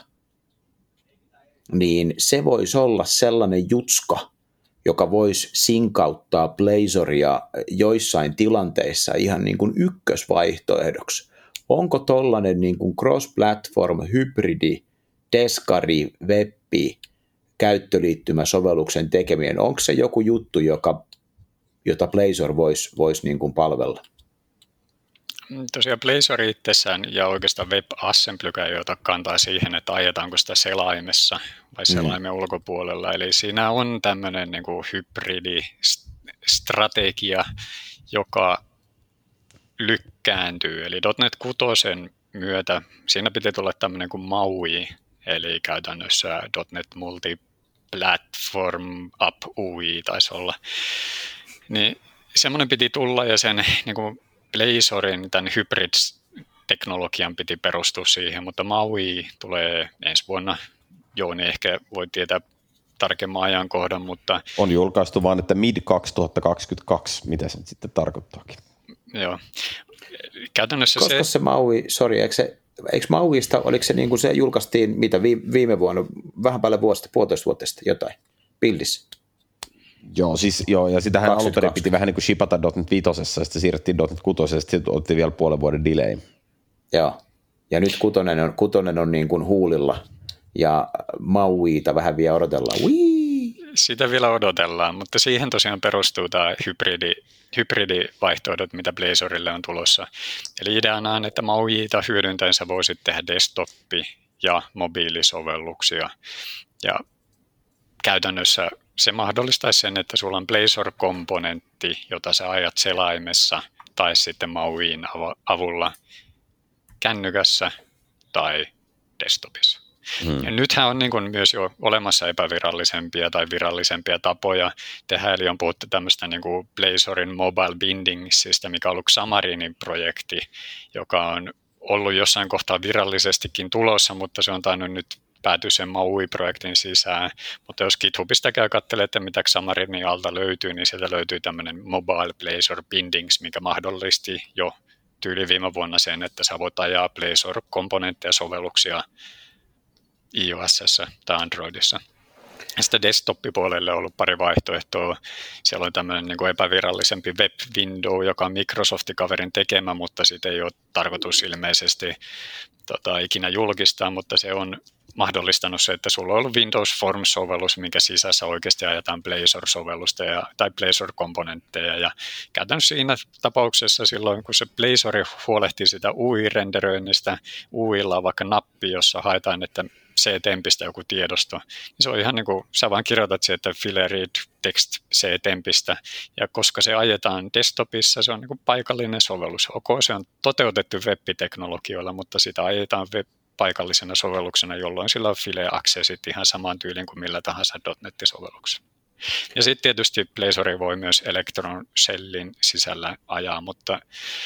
niin se voisi olla sellainen jutska, joka voisi sinkauttaa Blazoria joissain tilanteissa ihan niin kuin ykkösvaihtoehdoksi. Onko tollainen niin kuin cross-platform, hybridi, deskari, webbi, käyttöliittymäsovelluksen tekeminen, onko se joku juttu, joka, jota Blazor voisi vois niin kuin palvella? Tosiaan Blazor itsessään ja oikeastaan WebAssemblykään ei ota kantaa siihen, että ajetaanko sitä selaimessa vai selaimen mm. ulkopuolella. Eli siinä on tämmöinen niin kuin hybridistrategia, joka lykkääntyy. Eli .NET kuusi myötä siinä piti tulla tämmöinen kuin M A U I, eli käytännössä .NET Multiplatform App U I taisi olla. Niin semmoinen piti tulla ja sen niin kuin Blazorin, tämän hybrid-teknologian piti perustua siihen, mutta M A U I tulee ensi vuonna. Jouni ehkä voi tietää tarkemman ajankohdan, mutta... On julkaistu vaan, että mid kaksituhattakaksikymmentäkaksi, mitä se sitten tarkoittaakin. Joo. Käytännössä Koska se... se M A U I, sori, eikö se... Eikö M A U I:sta, oliko se niin kuin se julkaistiin mitä viime vuonna, vähän päälle vuodesta, puolitoista vuotta sitten jotain, Buildissä? Joo, siis joo, ja sitähän alun perin piti vähän niin kuin shipata .NET viitosessa, ja sitten siirrettiin .NET kutosessa, ja sitten otettiin vielä puolen vuoden delay. Joo, ja nyt kutonen on, kutonen on niin kuin huulilla, ja M A U I:ta vähän vielä odotellaan. Wii! Sitä vielä odotellaan, mutta siihen tosiaan perustuu tämä hybridi, hybridivaihtoehdot, mitä Blazorille on tulossa. Eli ideana on, että M A U I:ta hyödyntäen sä voisit tehdä desktoppi- ja mobiilisovelluksia, ja käytännössä se mahdollistaisi sen, että sulla on Blazor-komponentti, jota sä ajat selaimessa tai sitten M A U I:n avulla kännykässä tai desktopissa. Hmm. Ja nythän on niin kuin myös jo olemassa epävirallisempia tai virallisempia tapoja tehdä, eli on puhuttu tämmöistä niin kuin Blazorin Mobile Bindingsistä, mikä on ollut Xamarinin projekti, joka on ollut jossain kohtaa virallisestikin tulossa, mutta se on tainnut nyt päätyä sen M A U I-projektin sisään, mutta jos GitHubista käy katselemaan, että mitä Xamarinin alta löytyy, niin sieltä löytyy tämmöinen Mobile Blazor Bindings, mikä mahdollisti jo tyyli viime vuonna sen, että sä voit ajaa Blazor-komponentteja sovelluksia iOS:ssä tai Androidissa. Ja sitten desktop-puolelle on ollut pari vaihtoehtoa. Siellä on tämmöinen niin kuin epävirallisempi web window, joka on Microsoftin kaverin tekemä, mutta sitä ei ole tarkoitus ilmeisesti tota, ikinä julkistaa, mutta se on mahdollistanut se, että sulla on ollut Windows Forms-sovellus, minkä sisässä oikeasti ajetaan Blazor-sovellusta ja, tai Blazor-komponentteja. Ja käytännössä siinä tapauksessa silloin, kun se Blazor huolehtii sitä U I-renderöinnistä, U I:lla on vaikka nappi, jossa haetaan, että C-tempistä joku tiedosto, niin se on ihan niin kuin, sä vaan kirjoitat se, että file read text C-tempistä, ja koska se ajetaan desktopissa, se on niin kuin paikallinen sovellus. Ok, se on toteutettu web-teknologioilla, mutta sitä ajetaan web paikallisena sovelluksena, jolloin sillä on file-accessit ihan samaan tyylin kuin millä tahansa .NET-sovelluksella. Ja sitten tietysti Blazori voi myös Electron Shellin sisällä ajaa, mutta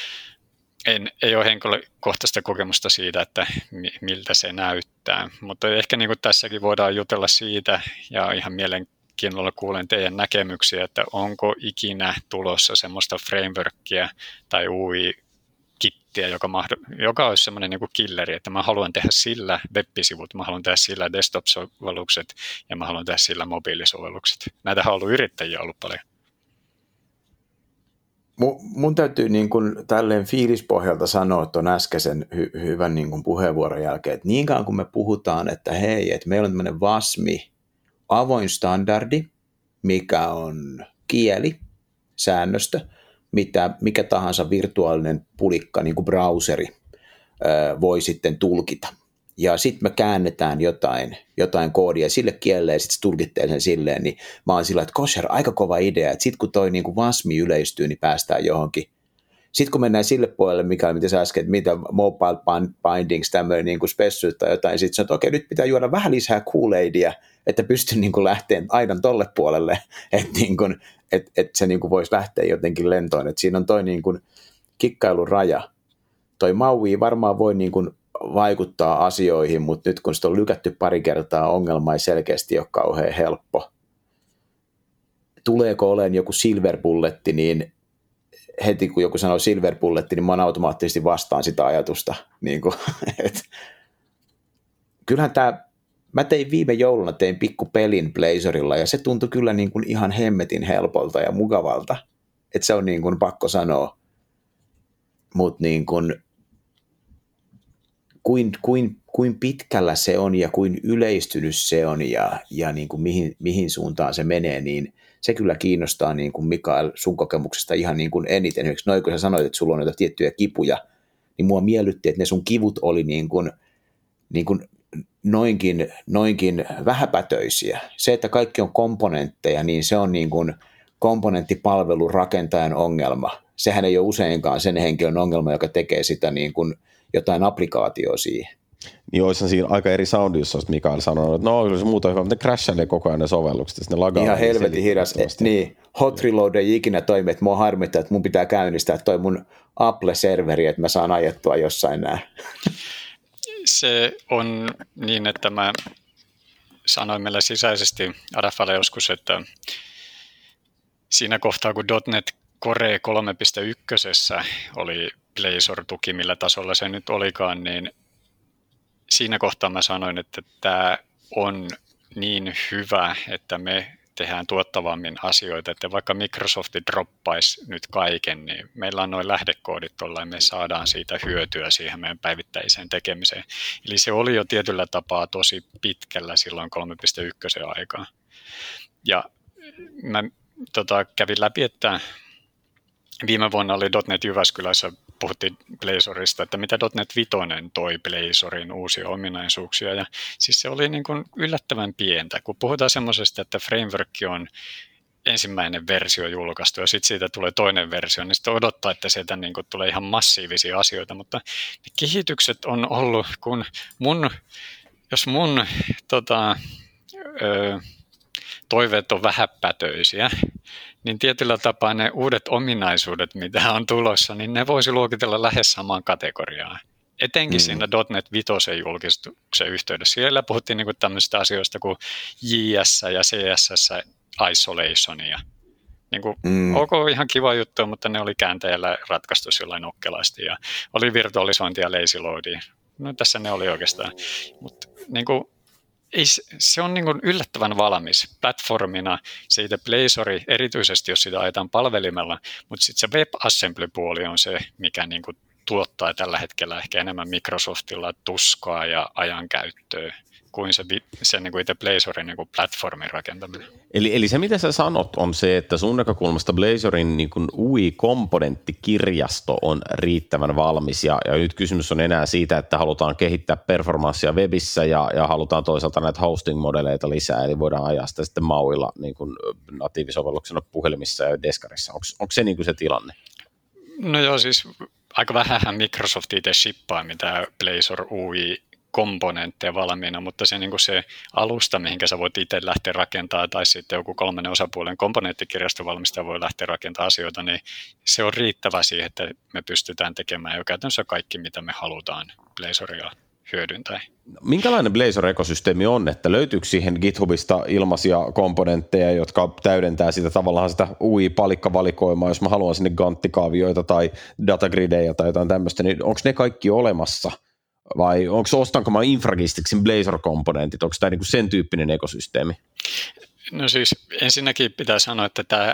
en, ei ole henkilökohtaista kokemusta siitä, että miltä se näyttää. Mutta ehkä niin kuin tässäkin voidaan jutella siitä, ja ihan mielenkiinnolla kuulen teidän näkemyksiä, että onko ikinä tulossa semmoista frameworkia tai U I-kittiä, joka, mahdoll- joka olisi semmoinen niin kuin killeri, että mä haluan tehdä sillä web-sivut, mä haluan tehdä sillä desktop-sovellukset ja mä haluan tehdä sillä mobiilisovellukset. Näitähän on ollut yrittäjiä ollut paljon. Mun täytyy niin kuin tälleen fiilispohjalta sanoa tuon äskeisen hy- hyvän niin kuin puheenvuoron jälkeen, että niin kauan kun me puhutaan, että hei, että meillä on tämmöinen V A S M I, avoin standardi, mikä on kieli, säännöstö, mitä, mikä tahansa virtuaalinen pulikka, niin kuin browseri, voi sitten tulkita. Ja sitten me käännetään jotain, jotain koodia sille kielelle ja sitten se tulkittelee sen silleen, niin mä oon sillä, että kosher, aika kova idea, että sitten kun toi niin kuin V A S M I yleistyy, niin päästään johonkin. Sitten kun mennään sille puolelle, mikä mitä sä äsken, mitä mobile bindings, tämmöinen niin kuin spessu tai jotain, sitten sanotaan, että okei, nyt pitää juoda vähän lisää Kool-Aidia, että pystyy niin kuin lähteen aidan tolle puolelle, että, niin kuin, että, että se niin kuin voisi lähteä jotenkin lentoon. Että siinä on toi niin kuin kikkailun raja. Toi M A U I varmaan voi niin kuin vaikuttaa asioihin, mutta nyt kun sitä on lykätty pari kertaa, ongelma ei selkeästi ole kauhean helppo. Tuleeko olemaan joku silver bulletti, niin heti kun joku sanoo silver bulletti, niin mä oon automaattisesti vastaan sitä ajatusta. Niin kuin, et, kyllähän tämä, mä tein viime jouluna, tein pikku pelin Blazorilla, ja se tuntui kyllä niin kuin ihan hemmetin helpolta ja mukavalta. Että se on niin kuin pakko sanoa. Mutta niin kuin kuin, kuin, kuin pitkällä se on ja kuin yleistynyt se on ja, ja niin kuin mihin, mihin suuntaan se menee, niin se kyllä kiinnostaa niin kuin Mikael sun kokemuksesta ihan niin kuin eniten. Esimerkiksi noin kun sä sanoit, että sulla on noita tiettyjä kipuja, niin mua miellytti, että ne sun kivut oli niin kuin, niin kuin noinkin, noinkin vähäpätöisiä. Se, että kaikki on komponentteja, niin se on niin kuin komponenttipalvelun rakentajan ongelma. Sehän ei ole useinkaan sen henkilön ongelma, joka tekee sitä niin kuin jotain applikaatioa siihen. Niin olisihan siinä aika eri soundi, jos olisit Mikael sanonut, että no kyllä se muuta hyvä, mutta ne crashailee koko ajan ne sovellukset, ne lagaa. Ihan helvetin hidas. Niin, hot reload ei ikinä toimi, että mua harmittaa, että mun pitää käynnistää toi mun Apple-serveri, että mä saan ajettua jossain nää. Se on niin, että mä sanoin meille sisäisesti Adafalle joskus, että siinä kohtaa, kun .NET Core kolme piste yksi oli Blazor-tuki, millä tasolla se nyt olikaan, niin siinä kohtaa mä sanoin, että tämä on niin hyvä, että me tehdään tuottavammin asioita, että vaikka Microsoft droppaisi nyt kaiken, niin meillä on noin lähdekoodit tuolla ja me saadaan siitä hyötyä siihen meidän päivittäiseen tekemiseen. Eli se oli jo tietyllä tapaa tosi pitkällä silloin kolme piste yksi aikaa. Ja mä tota, kävin läpi, että viime vuonna oli .NET Jyväskylässä, puhuttiin Blazorista, että mitä .NET viisi toi Blazorin uusia ominaisuuksia, ja siis se oli niin kuin yllättävän pientä, kun puhutaan semmoisesta, että framework on ensimmäinen versio julkaistu, ja sitten siitä tulee toinen versio, niin sitten odottaa, että sieltä niin kuin tulee ihan massiivisia asioita, mutta ne kehitykset on ollut, kun mun, jos mun tota, ö, toiveet on vähäpätöisiä, niin tietyllä tapaa ne uudet ominaisuudet, mitä on tulossa, niin ne voisi luokitella lähes samaan kategoriaan. Etenkin mm. siinä .NET viisi julkistuksen yhteydessä. Siellä puhuttiin niinku tämmöisistä asioista kuin J S ja C S S isolationia. Niinku, mm. ok, ihan kiva juttu, mutta ne oli kääntäjällä ratkaistu sillain nokkelaisesti. Ja oli virtualisointia ja lazy loadia. No tässä ne oli oikeastaan. Mutta niinku, Ei, se on niin kuin yllättävän valmis platformina, siitä Blazori, erityisesti jos sitä ajetaan palvelimella, mutta sitten se WebAssembly-puoli on se, mikä niin kuin tuottaa tällä hetkellä ehkä enemmän Microsoftilla tuskaa ja ajankäyttöä kuin se, se niin kuin itse Blazorin niin kuin platformin rakentaminen. Eli, eli se, mitä sä sanot, on se, että sun näkökulmasta Blazorin niin kuin U I-komponenttikirjasto on riittävän valmis, ja, ja nyt kysymys on enää siitä, että halutaan kehittää performanssia webissä, ja, ja halutaan toisaalta näitä hosting-modeleita lisää, eli voidaan ajaa sitä sitten Mauilla niin kuin natiivisovelluksena puhelimissa ja deskarissa. Onko se niin kuin se tilanne? No joo, siis aika vähänhän Microsoft itse shippaa, mitä Blazor U I komponentteja valmiina, mutta se, niin kuin se alusta, mihinkä sä voit itse lähteä rakentamaan, tai sitten joku kolmannen osapuolen komponenttikirjastovalmistaja voi lähteä rakentamaan asioita, niin se on riittävä siihen, että me pystytään tekemään jo käytännössä kaikki, mitä me halutaan Blazoria hyödyntää. Minkälainen Blazor-ekosysteemi on, että löytyykö siihen GitHubista ilmaisia komponentteja, jotka täydentää sitä tavallaan sitä U I-palikkavalikoimaa, jos mä haluan sinne Gantt-kaavioita tai datagridejä tai jotain tämmöistä, niin onko ne kaikki olemassa? Vai onko ostanko mä Infragistixin Blazor-komponentit, onko tämä niinku sen tyyppinen ekosysteemi? No siis ensinnäkin pitää sanoa, että tämä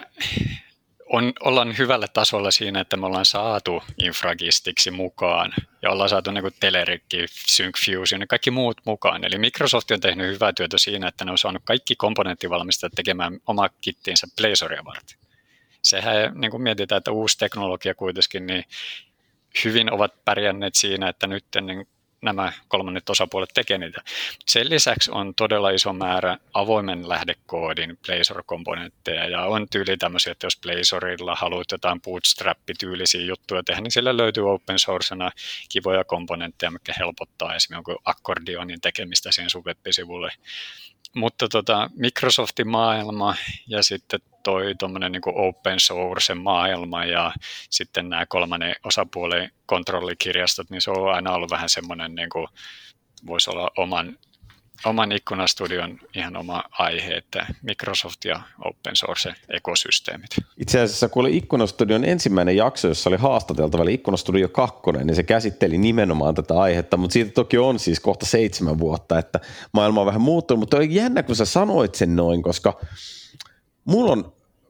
on, ollaan hyvällä tasolla siinä, että me ollaan saatu Infragistixi mukaan ja ollaan saatu niin kuin Telerikki, SyncFusion ja kaikki muut mukaan. Eli Microsoft on tehnyt hyvää työtä siinä, että ne on saanut kaikki komponenttivalmistajat tekemään oma kittiinsä Blazoria varten. Sehän niin kuin mietitään, että uusi teknologia kuitenkin niin hyvin ovat pärjänneet siinä, että nyt niin nämä kolmannet osapuolet tekee niitä. Sen lisäksi on todella iso määrä avoimen lähdekoodin Blazor-komponentteja, ja on tyyli tämmöisiä, että jos Blazorilla haluat jotain bootstrap-tyylisiä juttuja tehdä, niin sillä löytyy open sourcena kivoja komponentteja, mikä helpottaa esimerkiksi jonkun akkordionin tekemistä siihen sun web-sivulle. Mutta tota, Microsoftin maailma ja sitten toi tuommoinen niin kuin open source maailma ja sitten nämä kolmannen osapuolen kontrollikirjastot, niin se on aina ollut vähän semmoinen, niin kuin voisi olla oman, oman ikkunastudion ihan oma aihe, että Microsoft ja open source ekosysteemit. Itse asiassa kun oli Ikkunastudion ensimmäinen jakso, jossa oli haastateltava, eli Ikkunastudio kaksi, niin se käsitteli nimenomaan tätä aihetta, mutta siitä toki on siis kohta seitsemän vuotta, että maailma on vähän muuttunut, mutta oli jännä, kun sä sanoit sen noin, koska mulla on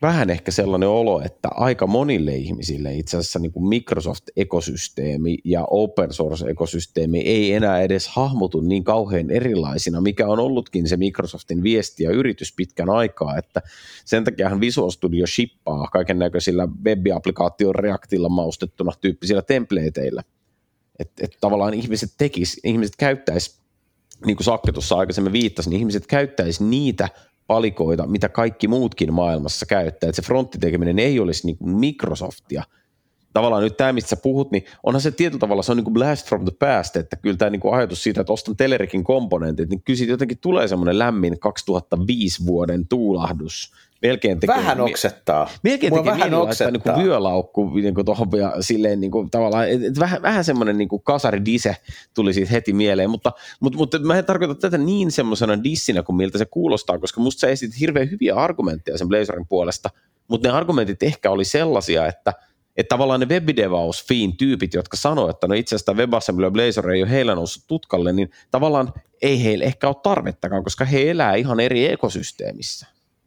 vähän ehkä sellainen olo, että aika monille ihmisille itse asiassa niin kuin Microsoft-ekosysteemi ja open source-ekosysteemi ei enää edes hahmotu niin kauhean erilaisina, mikä on ollutkin se Microsoftin viesti ja yritys pitkän aikaa, että sen takiahan Visual Studio shippaa kaiken näköisillä web-applikaation Reactilla maustettuna tyyppisillä templateilla, että et tavallaan ihmiset tekis, ihmiset käyttäisi, niin kuin Sakke tuossa aikaisemmin viittasi, niin ihmiset käyttäisi niitä palikoita, mitä kaikki muutkin maailmassa käyttää, että se fronttitekeminen ei olisi niin kuin Microsoftia. Tavallaan nyt tämä, mistä sä puhut, niin onhan se tietyllä tavalla, se on niin kuin blast from the past, että kyllä tämä niin kuin ajatus siitä, että ostan Telerikin komponentit, niin kyllä siitä jotenkin tulee semmoinen lämmin kaksituhattaviisi vuoden tuulahdus. Melkein tekee, vähän oksettaa. Melkein tekee vähän oksettaa. Niin kuin vyölaukku niin kuin tohon, ja silleen niin kuin, tavallaan, et vähän, vähän semmoinen niin kuin kasaridise tuli siitä heti mieleen, mutta, mutta, mutta mä en tarkoita tätä niin semmoisena dissinä kuin miltä se kuulostaa, koska musta sä esitit hirveän hyviä argumentteja sen Blazorin puolesta, mutta ne argumentit ehkä oli sellaisia, että että tavallaan ne WebDevaus-fiin tyypit, jotka sanoo, että no itse asiassa WebAssembly ja Blazor ei ole heillä noussut tutkalle, niin tavallaan ei heillä ehkä ole tarvettakaan, koska he elää ihan eri ekosysteemissä.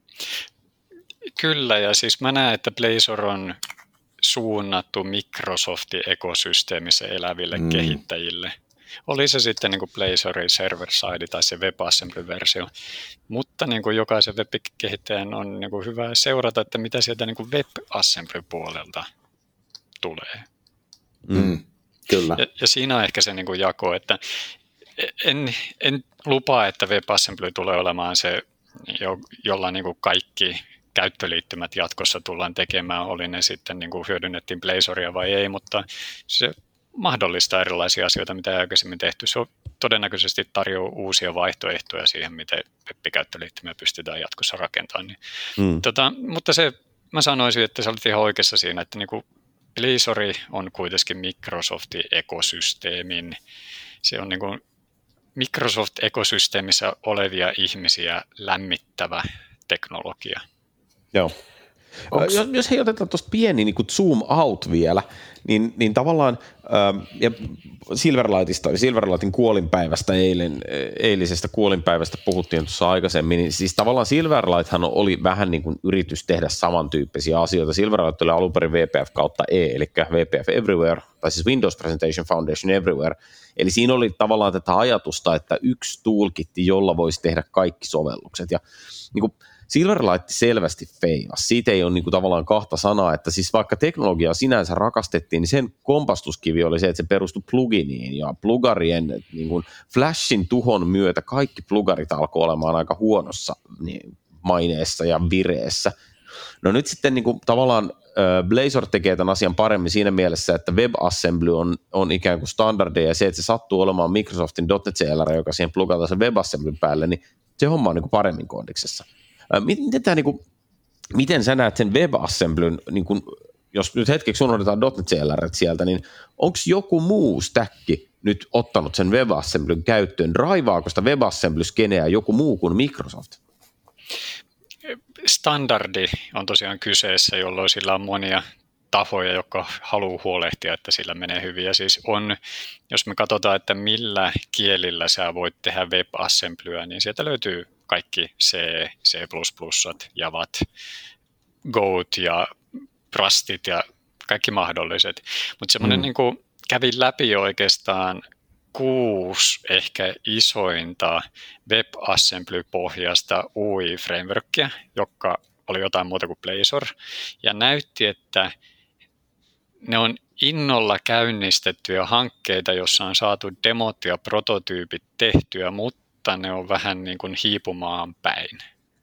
Kyllä, ja siis mä näen, että Blazor on suunnattu Microsoftin ekosysteemissä eläville mm. kehittäjille. Oli se sitten niin kuin Blazorin server-side tai se WebAssembly-versio, mutta niin kuin jokaisen web-kehittäjän on niin kuin hyvä seurata, että mitä sieltä niin kuin WebAssembly-puolelta tulee. Mm. Kyllä. Ja, ja siinä on ehkä se niin kuin jako, että en, en lupaa, että WebAssembly tulee olemaan se, jo, jolla niin kuin kaikki käyttöliittymät jatkossa tullaan tekemään, oli ne sitten niin kuin hyödynnettiin Blazoria vai ei, mutta se mahdollistaa erilaisia asioita, mitä ei aikaisemmin tehty. Se on todennäköisesti tarjoaa uusia vaihtoehtoja siihen, miten web-käyttöliittymiä pystytään jatkossa rakentamaan. Niin, hmm. tota, mutta se, mä sanoisin, että sä olit ihan oikeassa siinä, että niin kuin Blazori on kuitenkin Microsoftin ekosysteemin. Se on niin kuin Microsoft-ekosysteemissä olevia ihmisiä lämmittävä teknologia. Joo. Onks... Jos, jos hei otetaan tuosta pieni niin kuin zoom out vielä, niin, niin tavallaan ähm, ja Silverlightista, Silverlightin kuolinpäivästä eilen, eilisestä kuolinpäivästä puhuttiin tuossa aikaisemmin, niin siis tavallaan Silverlighthan oli vähän niin kuin yritys tehdä samantyyppisiä asioita. Silverlight oli alun perin V P F kautta E, eli V P F Everywhere, tai siis Windows Presentation Foundation Everywhere, eli siinä oli tavallaan tätä ajatusta, että yksi toolkitti, jolla voisi tehdä kaikki sovellukset, ja niin kuin Silverlight selvästi feilasi. Siitä ei ole niin kuin tavallaan kahta sanaa, että siis vaikka teknologiaa sinänsä rakastettiin, niin sen kompastuskivi oli se, että se perustui pluginiin ja plugarien niin kuin Flashin tuhon myötä kaikki plugarit alkoi olemaan aika huonossa niin, maineessa ja vireessä. No nyt sitten niin kuin tavallaan äh, Blazor tekee tämän asian paremmin siinä mielessä, että WebAssembly on, on ikään kuin standardia ja se, että se sattuu olemaan Microsoftin .NET C L R, joka siihen plugataan sen WebAssemblyn päälle, niin se homma on niin kuin paremmin kondiksessa. Miten, tämä, niin kuin, miten sä näet sen WebAssemblyn, niin kuin, jos nyt hetkeksi unohdetaan .NET C L R sieltä, niin onko joku muu stäkki nyt ottanut sen WebAssemblyn käyttöön? Raivaako sitä WebAssembly-skeneä joku muu kuin Microsoft? Standardi on tosiaan kyseessä, jolloin sillä on monia tahoja, jotka haluaa huolehtia, että sillä menee hyvin. Ja siis on, jos me katsotaan, että millä kielillä sä voit tehdä WebAssemblyä, niin sieltä löytyy kaikki C, C++, Javat, Goat ja Rustit ja kaikki mahdolliset. Mutta semmoinen mm. niin kuin kävi läpi oikeastaan kuusi ehkä isointa WebAssembly-pohjasta U I-frameworkia, joka oli jotain muuta kuin Blazor, ja näytti, että ne on innolla käynnistettyjä hankkeita, jossa on saatu demot ja prototyypit tehtyä, mutta ne on vähän niin kuin hiipumaan päin.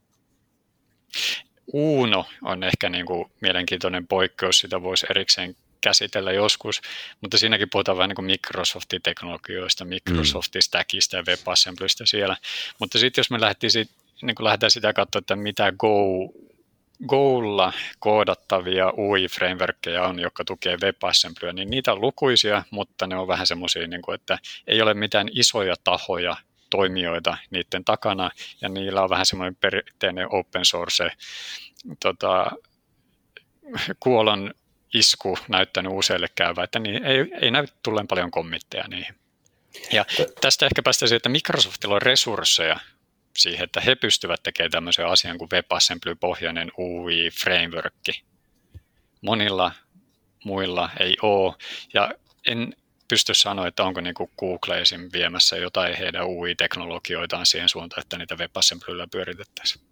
Uno on ehkä niin kuin mielenkiintoinen poikkeus, sitä voisi erikseen käsitellä joskus, mutta siinäkin puhutaan vähän niin kuin Microsoftin teknologioista, Microsoftin stackista ja WebAssemblystä siellä. Mutta sitten jos me lähdettiin, niin kuin lähdetään sitä katsoa, että mitä Go Golla koodattavia U I-frameworkkeja on, jotka tukee WebAssemblyä, niin niitä on lukuisia, mutta ne on vähän semmoisia, että ei ole mitään isoja tahoja, toimijoita niiden takana, ja niillä on vähän semmoinen perinteinen open source tota, kuolon isku näyttänyt useille käyvää, että niin ei, ei näy tulleen paljon kommitteja niihin. Ja tästä ehkä päästään siihen, että Microsoftilla on resursseja siihen, että he pystyvät tekemään tämmöisen asian kuin WebAssembly-pohjainen U I-frameworkki. Monilla muilla ei ole, ja en pysty sanoa, että onko niin kuin Google esim. Viemässä jotain heidän U I-teknologioitaan siihen suuntaan, että niitä WebAssemblyllä pyöritettäisiin.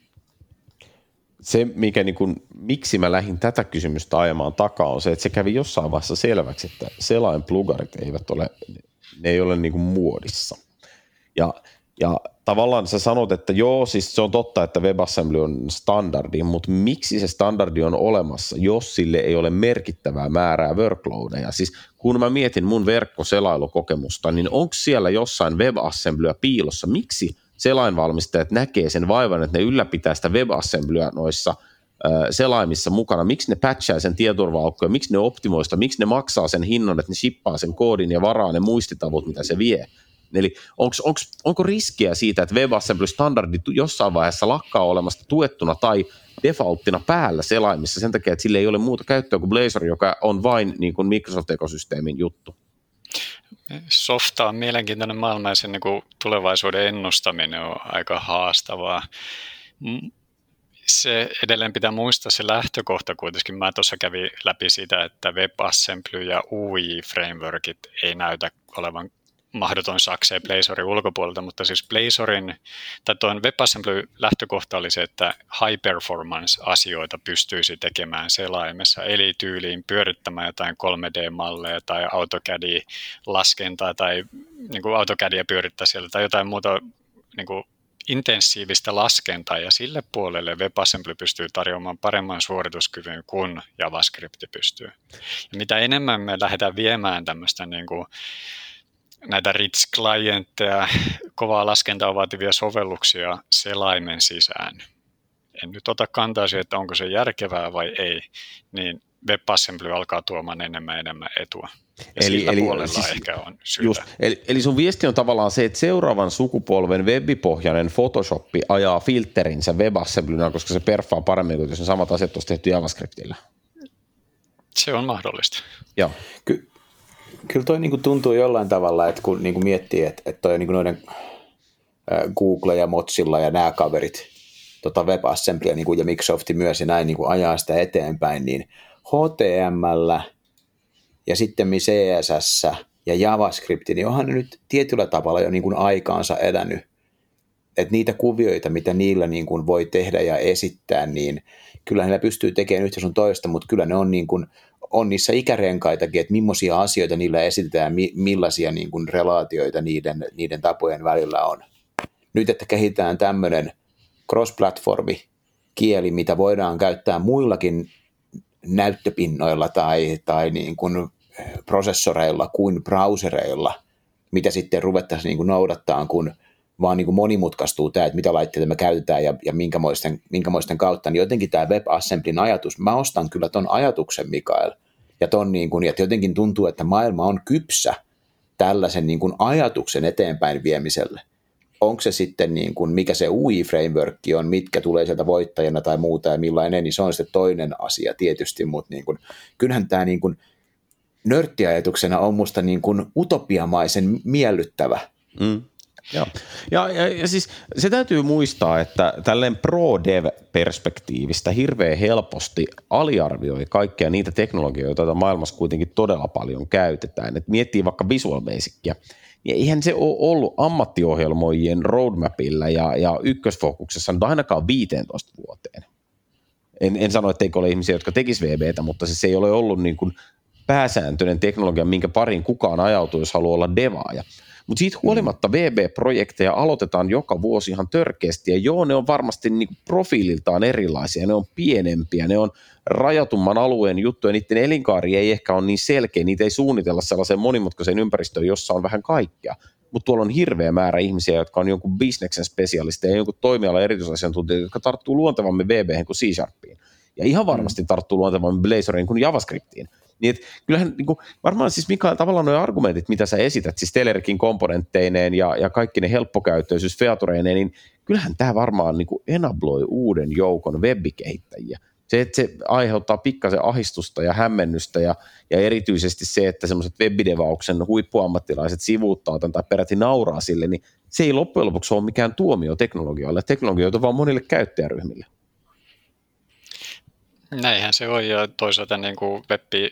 Se, mikä niin kuin, miksi mä lähdin tätä kysymystä ajamaan takaa, on se, että se kävi jossain vaiheessa selväksi, että selainplugarit eivät ole, ne ei ole niin kuin muodissa. Ja, ja tavallaan sä sanot, että joo, siis se on totta, että WebAssembly on standardi, mutta miksi se standardi on olemassa, jos sille ei ole merkittävää määrää workloadeja? Siis kun mä mietin mun verkkoselailukokemusta, niin onko siellä jossain WebAssemblyä piilossa? Miksi selainvalmistajat näkee sen vaivan, että ne ylläpitää sitä WebAssemblyä noissa äh, selaimissa mukana? Miksi ne patchaa sen tietoturva-aukkoja? Miksi ne optimoista? Miksi ne maksaa sen hinnan, että ne shippaa sen koodin ja varaa ne muistitavut, mitä se vie? Eli onks, onks, onko riskiä siitä, että WebAssembly-standardi jossain vaiheessa lakkaa olemasta tuettuna tai defaulttina päällä selaimissa sen takia, että sillä ei ole muuta käyttöä kuin Blazor, joka on vain niin kuin Microsoft-ekosysteemin juttu? Softa on mielenkiintoinen maailma ja sen niin kuin tulevaisuuden ennustaminen on aika haastavaa. Se edelleen pitää muistaa se lähtökohta kuitenkin. Mä tuossa kävin läpi sitä, että WebAssembly ja U I-frameworkit ei näytä olevan mahdoton sakseen Blazorin ulkopuolelta, mutta siis Blazorin, tai tuon WebAssembly-lähtökohta oli se, että high performance-asioita pystyisi tekemään selaimessa, eli tyyliin pyörittämään jotain kolme D-malleja tai AutoCAD-laskentaa tai niin kuin AutoCADia pyörittää siellä tai jotain muuta niin kuin intensiivistä laskentaa, ja sille puolelle WebAssembly pystyy tarjoamaan paremman suorituskyvyn kuin JavaScript pystyy. Ja mitä enemmän me lähdetään viemään tämmöistä niin kuin näitä rich-klientteja, kovaa laskentaa vaativia sovelluksia selaimen sisään. En nyt ota kantaa siihen, että onko se järkevää vai ei, niin WebAssembly alkaa tuomaan enemmän enemmän etua. Ja eli, sillä eli, puolella siis, ehkä on syytä. Just, eli, eli sun viesti on tavallaan se, että seuraavan sukupolven webipohjainen Photoshop ajaa filterinsä WebAssemblynä, koska se perfaa paremmin kuin jos ne samat asiat olisi tehty JavaScriptillä. Se on mahdollista. Joo. Ky- Kyllä toi niinku tuntuu jollain tavalla, että kun niinku miettii, että, että toi niinku noiden Google ja Mozilla ja nämä kaverit, tota WebAssembly niinku, ja Microsoft myös ja näin niinku ajaa sitä eteenpäin, niin H T M L ja sitten C S S ja JavaScript, niin onhan ne nyt tietyllä tavalla jo niinku aikaansa elänyt. Että niitä kuvioita, mitä niillä niinku voi tehdä ja esittää, niin kyllä niillä pystyy tekemään yhtä sun toista, mutta kyllä ne on niin kuin on niissä ikärenkaitakin, että millaisia asioita niillä esitetään, millaisia niin kuin relaatioita niiden, niiden tapojen välillä on. Nyt, että kehitetään tämmöinen cross-platformi kieli, mitä voidaan käyttää muillakin näyttöpinnoilla tai, tai niin kuin prosessoreilla kuin browsereilla, mitä sitten ruvettaisiin niin kuin noudattaa, kun vaan niin kuin monimutkaistuu tämä, että mitä laitteita me käytetään ja, ja minkämoisten, minkämoisten kautta, niin jotenkin tämä WebAssemblyn ajatus, mä ostan kyllä ton ajatuksen, Mikael, ja ton niin kuin, että jotenkin tuntuu, että maailma on kypsä tällaisen niin kuin ajatuksen eteenpäin viemiselle. Onko se sitten, niin kuin, mikä se U I-framework on, mitkä tulee sieltä voittajana tai muuta ja millainen, niin se on sitten toinen asia tietysti, mutta niin kuin, kyllähän tämä niin kuin nörttiajatuksena on musta niin kuin utopiamaisen miellyttävä. Mm. Ja, ja, ja, ja siis se täytyy muistaa, että tälleen pro-dev-perspektiivistä hirveän helposti aliarvioi kaikkia niitä teknologioita, joita maailmassa kuitenkin todella paljon käytetään. Et miettii vaikka Visual Basicia, niin eihän se ole ollut ammattiohjelmoijien roadmapilla ja, ja ykkösfokuksessa nyt ainakaan viisitoista vuoteen. En, en sano, etteikö ole ihmisiä, jotka tekisivät V B:tä, mutta se, se ei ole ollut niin kuin pääsääntöinen teknologia, minkä pariin kukaan ajautuu, jos haluaa olla devaaja. Mutta siitä huolimatta V B-projekteja aloitetaan joka vuosi ihan törkeästi, ja joo, ne on varmasti niinku profiililtaan erilaisia, ne on pienempiä, ne on rajatumman alueen juttuja, niiden elinkaari ei ehkä ole niin selkeä, niitä ei suunnitella sellaiseen monimutkaiseen ympäristöön, jossa on vähän kaikkea, mutta tuolla on hirveä määrä ihmisiä, jotka on jonkun bisneksen spesialisteja ja jonkun toimialan erityisasiantuntijoita, jotka tarttuu luontevammin V B:hen kuin C-Sharpiin, ja ihan varmasti tarttuu luontevammin Blazoriin kuin JavaScriptiin. Niin, että kyllähän niin kuin, varmaan siis Mikael, tavallaan nuo argumentit, mitä sä esität, siis Telerkin komponentteineen ja, ja kaikki ne helppokäyttöisyys featureineen, niin kyllähän tämä varmaan niin kuin enabloi uuden joukon web-kehittäjiä Se, että se aiheuttaa pikkasen ahdistusta ja hämmennystä ja, ja erityisesti se, että semmoiset webbidevauksen huippuammattilaiset sivuuttaa tämän tai peräti nauraa sille, niin se ei loppujen lopuksi ole mikään tuomio teknologioille. Teknologioita vaan monille käyttäjäryhmille. Näinhän se on, ja toisaalta niin kuin webbi,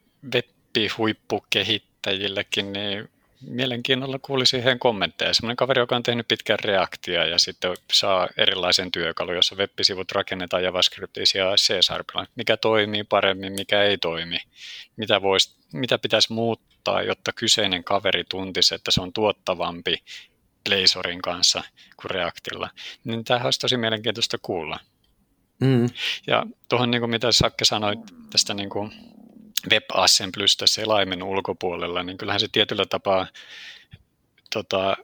webbi-huippukehittäjillekin, niin mielenkiinnolla kuulisin heidän kommentteja. Sellainen kaveri, joka on tehnyt pitkän reaktia ja sitten saa erilaisen työkalun, jossa web-sivut rakennetaan JavaScriptissa ja C-Sharpilla. Mikä toimii paremmin, mikä ei toimi. Mitä, vois, mitä pitäisi muuttaa, jotta kyseinen kaveri tuntisi, että se on tuottavampi Blazorin kanssa kuin Reactilla. Niin tämähän olisi tosi mielenkiintoista kuulla. Mm. Ja tuohon, niin kuin mitä Sakke sanoit tästä niin kuin WebAssemblystä selaimen ulkopuolella, niin kyllähän se tietyllä tapaa tota,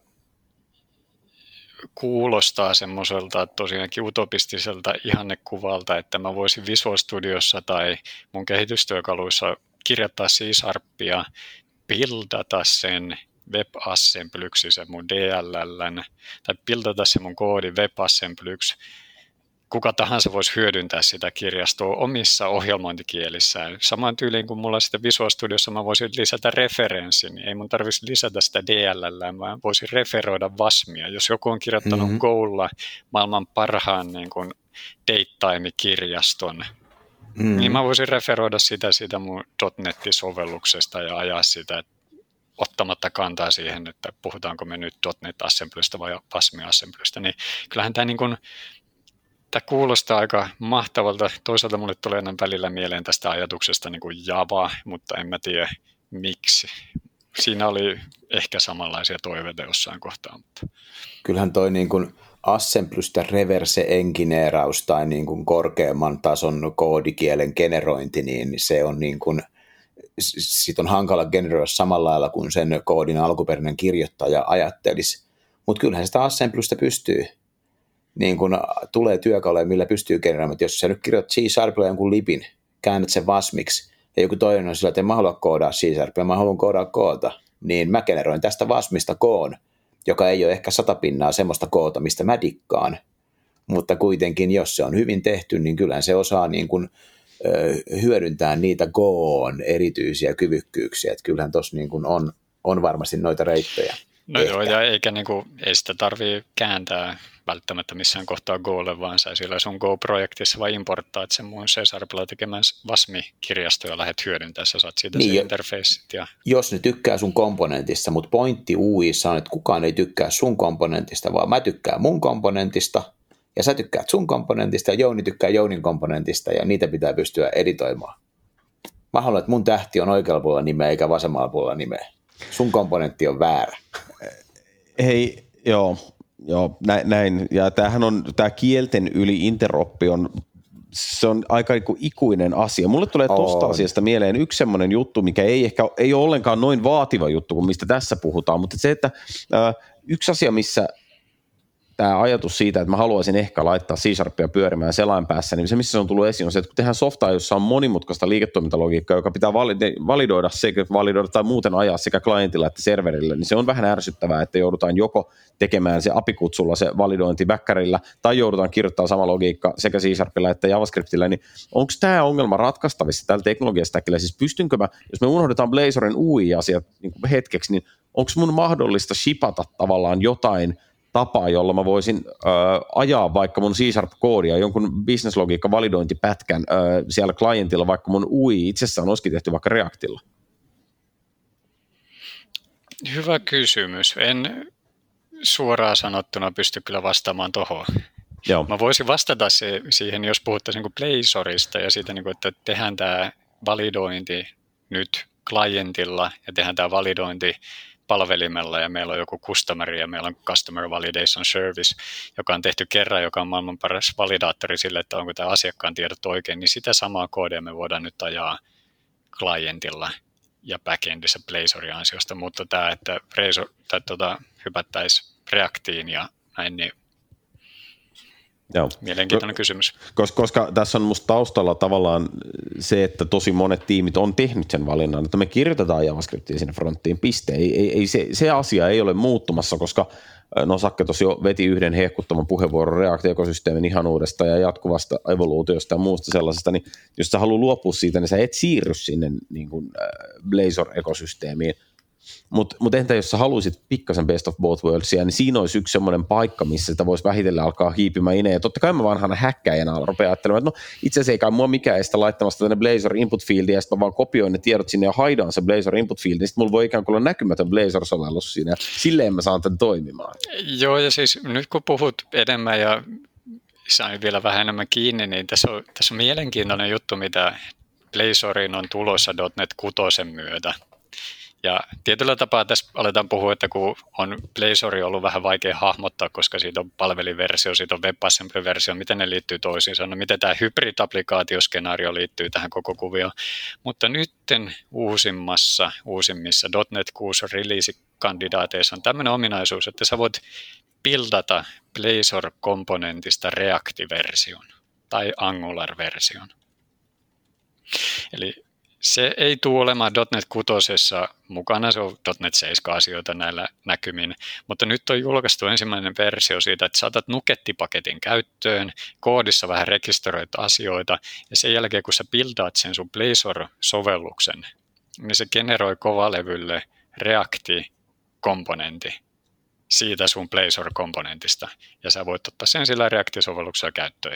kuulostaa semmoiselta tosiaankin utopistiselta ihannekuvalta, että mä voisin Visual Studiossa tai mun kehitystyökaluissa kirjoittaa C-Sharpia, buildata sen WebAssemblyksi se mun D L L:n, tai buildata se mun koodi WebAssemblyksi. Kuka tahansa voisi hyödyntää sitä kirjastoa omissa ohjelmointikielissään. Samaan tyyliin kuin mulla sitten Visual Studiossa mä voisin lisätä referenssin, niin ei mun tarvitsisi lisätä sitä D L L, mä voisin referoida Wasmia. Jos joku on kirjoittanut mm-hmm. Golla maailman parhaan niin kuin DateTime-kirjaston, mm-hmm. niin mä voisin referoida sitä siitä mun .NET-sovelluksesta ja ajaa sitä ottamatta kantaa siihen, että puhutaanko me nyt .NET-assemblystä vai Wasm-assemblystä. Niin kyllähän tämä niin kuin Tämä kuulostaa aika mahtavalta. Toisaalta mulle tulee enää välillä mieleen tästä ajatuksesta niin kuin Java, mutta en mä tiedä miksi. Siinä oli ehkä samanlaisia toiveita jossain kohtaa. Mutta. Kyllähän toi niin kuin assemblystä reverse engineeraus tai niin kuin korkeamman tason koodikielen generointi, niin se on niin kuin, sit on hankala generoida samalla lailla kuin sen koodin alkuperäinen kirjoittaja ajattelisi. Mutta kyllähän sitä assemblystä pystyy. Niin kun tulee työkaluja, millä pystyy generoimaan. Jos sä nyt kirjoitat C-Sharpilla jonkun lipin, käännät sen Wasmiksi, ja joku toinen on sillä, että en mä halua koodaa C-Sharpilla, mä haluan koodaa koota, niin mä generoin tästä Wasmista koon, joka ei ole ehkä sata pinnaa semmoista koota, mistä mä dikkaan. Mutta kuitenkin, jos se on hyvin tehty, niin kyllähän se osaa niin kun, ö, hyödyntää niitä Goon erityisiä kyvykkyyksiä. Että kyllähän tuossa niin kun on, on varmasti noita reittejä. No ehkä. Joo, ja eikä niinku, ei sitä tarvitse kääntää välttämättä missään kohtaa Golle, vaan sä sillä sun Go-projektissa vaan importtaat sen mun C-Sharpilla tekemään Wasm-kirjasto ja lähdet hyödyntää, sä saat siitä niin, se interfaceit. Ja. Jos ne tykkää sun komponentista, mutta pointti U I:ssa on, että kukaan ei tykkää sun komponentista, vaan mä tykkään mun komponentista, ja sä tykkäät sun komponentista, ja Jouni tykkää Jounin komponentista, ja niitä pitää pystyä editoimaan. Mä haluan, että mun tähti on oikealla puolella nimeä, eikä vasemmalla puolella nimeä. Sun komponentti on väärä. Hei, joo. Joo, näin, näin. Ja tämähän on, tämä kielten yli interoppi on, se on aika ikuinen asia. Mulle tulee tuosta asiasta mieleen yksi semmoinen juttu, mikä ei ehkä, ei ole ollenkaan noin vaativa juttu kuin mistä tässä puhutaan, mutta se, että äh, yksi asia, missä tämä ajatus siitä, että mä haluaisin ehkä laittaa C-Sharpia pyörimään selainpäässä, niin se, missä se on tullut esiin, on se, että kun tehdään softaa, jossa on monimutkaista liiketoimintalogiikkaa, joka pitää validoida sekä validoida tai muuten ajaa sekä klientilla että serverillä, niin se on vähän ärsyttävää, että joudutaan joko tekemään se A P I-kutsulla se validointi backerillä, tai joudutaan kirjoittamaan sama logiikka sekä C-Sharpilla että JavaScriptillä, niin onko tämä ongelma ratkaistavissa tällä teknologiastackillä? Siis pystynkö mä, jos me unohdetaan Blazorin U I-asiat niin kuin hetkeksi, niin onko mun mahdollista shipata tavallaan jotain tapa, jolla mä voisin ö, ajaa vaikka mun C-Sharp-koodia, jonkun business-logiikka-validointipätkän ö, siellä klientilla, vaikka mun U I itsessään olisikin tehty vaikka Reactilla? Hyvä kysymys. En suoraan sanottuna pysty kyllä vastaamaan tuohon. Mä voisin vastata se, siihen, jos puhuttaisiin niin Blazorista ja siitä, niin kuin, että tehdään tämä validointi nyt klientilla ja tehdään tämä validointi palvelimella ja meillä on joku customer ja meillä on Customer Validation Service, joka on tehty kerran, joka on maailman paras validaattori sille, että onko tämä asiakkaan tiedot oikein, niin sitä samaa koodia me voidaan nyt ajaa klientilla ja backendissä Blazorin ansiosta, mutta tämä, että Razor, tai tuota, hypättäisiin Reactiin ja näin, niin Joo. Mielenkiintoinen kysymys. Koska, koska tässä on musta taustalla tavallaan se, että tosi monet tiimit on tehnyt sen valinnan, että me kirjoitetaan JavaScriptia sinne fronttiin, piste. Ei, ei, ei, se, se asia ei ole muuttumassa, koska no Sakke tosi jo veti yhden hehkuttaman puheenvuoron React-ekosysteemin ihanuudesta ja jatkuvasta evoluutiosta ja muusta sellaisesta, niin jos sä haluat luopua siitä, niin sä et siirry sinne niin kuin Blazor-ekosysteemiin. Mutta mut entä jos sä haluaisit pikkasen best of both worldsia, niin siinä olisi yksi semmoinen paikka, missä sitä voisi vähitellen alkaa hiipimään ineen. Ja totta kai mä vanhana häkkäjänä rupean ajattelemaan, että no itse asiassa ei kai mua mikään estä laittamasta tänne Blazor input fieldia, ja sitten mä vaan kopioin ne tiedot sinne ja haidaan se Blazor input field, niin sitten mulla voi ikään kuin olla näkymätön Blazor-sovellus siinä, ja silleen mä saan tämän toimimaan. Joo, ja siis nyt kun puhut enemmän ja sain vielä vähän enemmän kiinni, niin tässä on, tässä on mielenkiintoinen juttu, mitä Blazoriin on tulossa .NET kuusi myötä. Ja tietyllä tapaa tässä aletaan puhua, että kun on Blazori ollut vähän vaikea hahmottaa, koska siitä on palveliversio, siitä on WebAssembly-versio, miten ne liittyy toisiinsa, no miten tämä hybrid-applikaatioskenaario liittyy tähän koko kuvioon. Mutta nytten uusimmassa, uusimmissa .NET kuusi release-kandidaateissa on tämmöinen ominaisuus, että sä voit buildata Blazor-komponentista React-version tai Angular-version. Eli se ei tule olemaan .NET kuusi mukana, se on .NET seitsemän asioita näillä näkymin, mutta nyt on julkaistu ensimmäinen versio siitä, että saatat Nuketti-paketin käyttöön, koodissa vähän rekisteröit asioita, ja sen jälkeen kun sä buildaat sen sun Blazor-sovelluksen, niin se generoi kovalevylle React-komponentti siitä sun Blazor-komponentista, ja sä voit ottaa sen sillä React-sovelluksella käyttöön.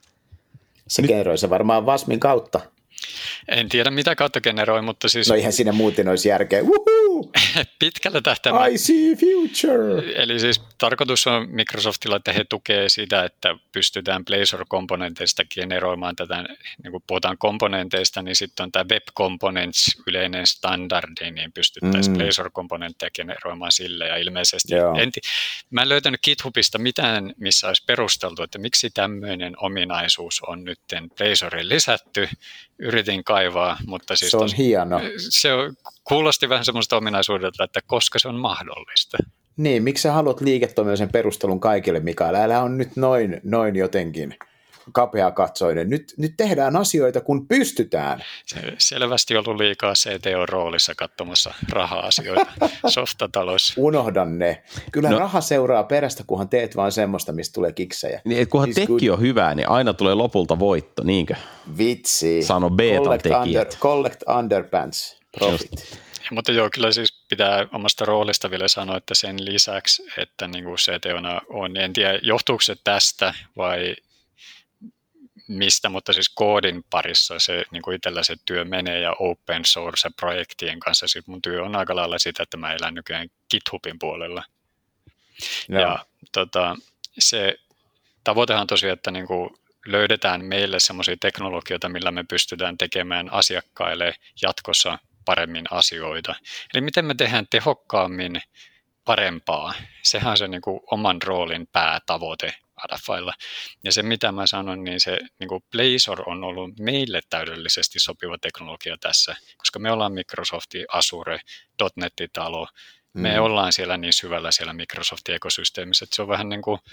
Se generoi se varmaan Wasmin kautta. En tiedä mitä kautta generoi, mutta siis... No ihan siinä muuten olisi järkeä. Woohoo! Pitkällä tähtäimellä... I see future! Eli siis tarkoitus on Microsoftilla, että he tukee sitä, että pystytään Blazor-komponenteista generoimaan tätä, niin kun puhutaan komponenteista, niin sitten on tämä Web Components yleinen standardi, niin pystyttäisiin mm. Blazor-komponentteja generoimaan sille, ja ilmeisesti... En t- Mä en löytänyt GitHubista mitään, missä olisi perusteltu, että miksi tämmöinen ominaisuus on nyt Blazoriin lisätty. Yritin kaivaa, mutta siis... Se on tos, hieno. Se on, kuulosti vähän semmoista ominaisuudelta, että koska se on mahdollista. Niin, miksi sä haluat liiketoiminnallisen perustelun kaikille, Mikael? Älä on nyt noin, noin jotenkin kapeakatsoinen. Nyt, nyt tehdään asioita, kun pystytään. Se selvästi ollut liikaa C T O-roolissa katsomassa raha-asioita softataloissa. Unohdan ne. Kyllä no. raha seuraa perästä, kunhan teet vaan semmoista, mistä tulee kiksejä. Niin, kunhan siis tekki good. on hyvää, niin aina tulee lopulta voitto, niinkö? Vitsi. Sano beetan tekijät. Under, collect underpants, profit. Just. Ja, mutta joo, kyllä siis pitää omasta roolista vielä sanoa, että sen lisäksi, että niin kuin C T O:na on, en tiedä johtuuko se tästä vai mistä, mutta siis koodin parissa se niin kuin itsellä se työ menee ja open source-projektien kanssa. Siis mun työ on aika lailla sitä, että mä elän nykyään GitHubin puolella. No. Ja tota, se tavoitehan tosiaan, että niin kuin löydetään meille semmoisia teknologioita, millä me pystytään tekemään asiakkaille jatkossa paremmin asioita. Eli miten me tehdään tehokkaammin parempaa. Sehän on se niin kuin oman roolin päätavoite Adafailla. Ja se mitä mä sanon, niin se niin kuin Blazor on ollut meille täydellisesti sopiva teknologia tässä, koska me ollaan Microsoftin Azure, .NET-talo, me mm. ollaan siellä niin syvällä siellä Microsoftin ekosysteemissä, että se on vähän niin kuin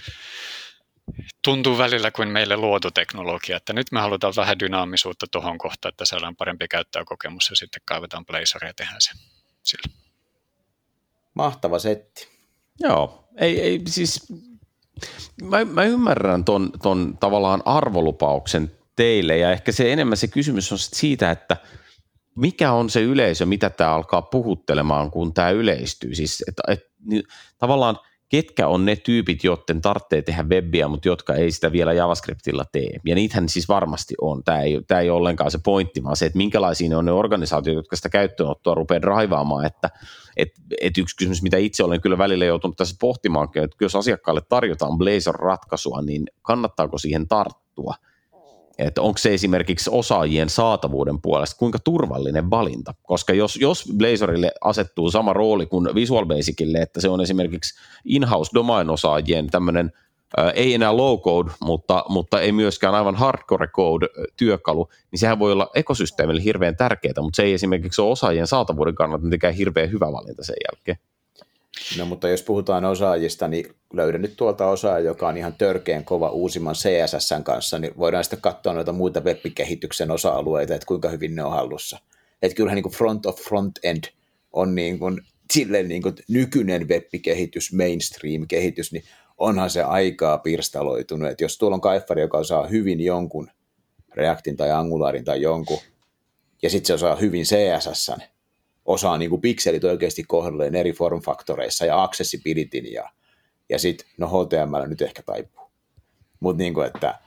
tuntuu välillä kuin meille luotu teknologia, että nyt me halutaan vähän dynaamisuutta tuohon kohtaan, että saadaan parempi käyttäjäkokemus ja sitten kaivetaan Blazoria ja tehdään se sillä. Mahtava setti. Joo, ei, ei siis, mä, mä ymmärrän ton, ton tavallaan arvolupauksen teille ja ehkä se enemmän se kysymys on siitä, että mikä on se yleisö, mitä tämä alkaa puhuttelemaan, kun tämä yleistyy. Siis et, et, niin, tavallaan ketkä on ne tyypit, joiden tarvitsee tehdä webbiä, mutta jotka ei sitä vielä JavaScriptilla tee. Ja niitähän siis varmasti on. Tämä ei, tämä ei ole ollenkaan se pointti, vaan se, että minkälaisia ne on ne organisaatiot, jotka sitä käyttöönottoa rupeaa draivaamaan. Että, et, et yksi kysymys, mitä itse olen kyllä välillä joutunut tässä pohtimaan, että jos asiakkaalle tarjotaan Blazor-ratkaisua, niin kannattaako siihen tarttua? Että onko se esimerkiksi osaajien saatavuuden puolesta kuinka turvallinen valinta, koska jos, jos Blazorille asettuu sama rooli kuin Visual Basicille, että se on esimerkiksi in-house domain-osaajien tämmöinen, ää, ei enää low-code, mutta, mutta ei myöskään aivan hardcore-code-työkalu, niin sehän voi olla ekosysteemille hirveän tärkeää, mutta se ei esimerkiksi ole osaajien saatavuuden kannalta mitenkään hirveän hyvä valinta sen jälkeen. No mutta jos puhutaan osaajista, niin löydän nyt tuolta osaaja, joka on ihan törkeän kova uusimman C S S:n kanssa, niin voidaan sitten katsoa noita muita web-kehityksen osa-alueita, että kuinka hyvin ne on hallussa. Että kyllähän niin kuin front of front end on niin kuin, silleen niin kuin nykyinen web-kehitys, mainstream-kehitys, niin onhan se aikaa pirstaloitunut. Että jos tuolla on kaiffari, joka osaa hyvin jonkun Reactin tai Angularin tai jonkun, ja sitten se osaa hyvin C S S:n, osaa niin kuin pikselit oikeasti kohdalleen eri formfaktoreissa ja accessibilityn ja, ja sitten, no H T M L nyt ehkä taipuu. Mutta niin kuin, että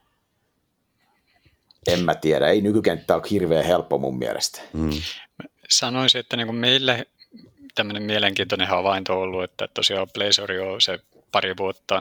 en mä tiedä, ei nykykenttä ole hirveän helppo mun mielestä. Mm. Sanoisin, että niin kuin meille tämmöinen mielenkiintoinen havainto on ollut, että tosiaan Blazor on se pari vuotta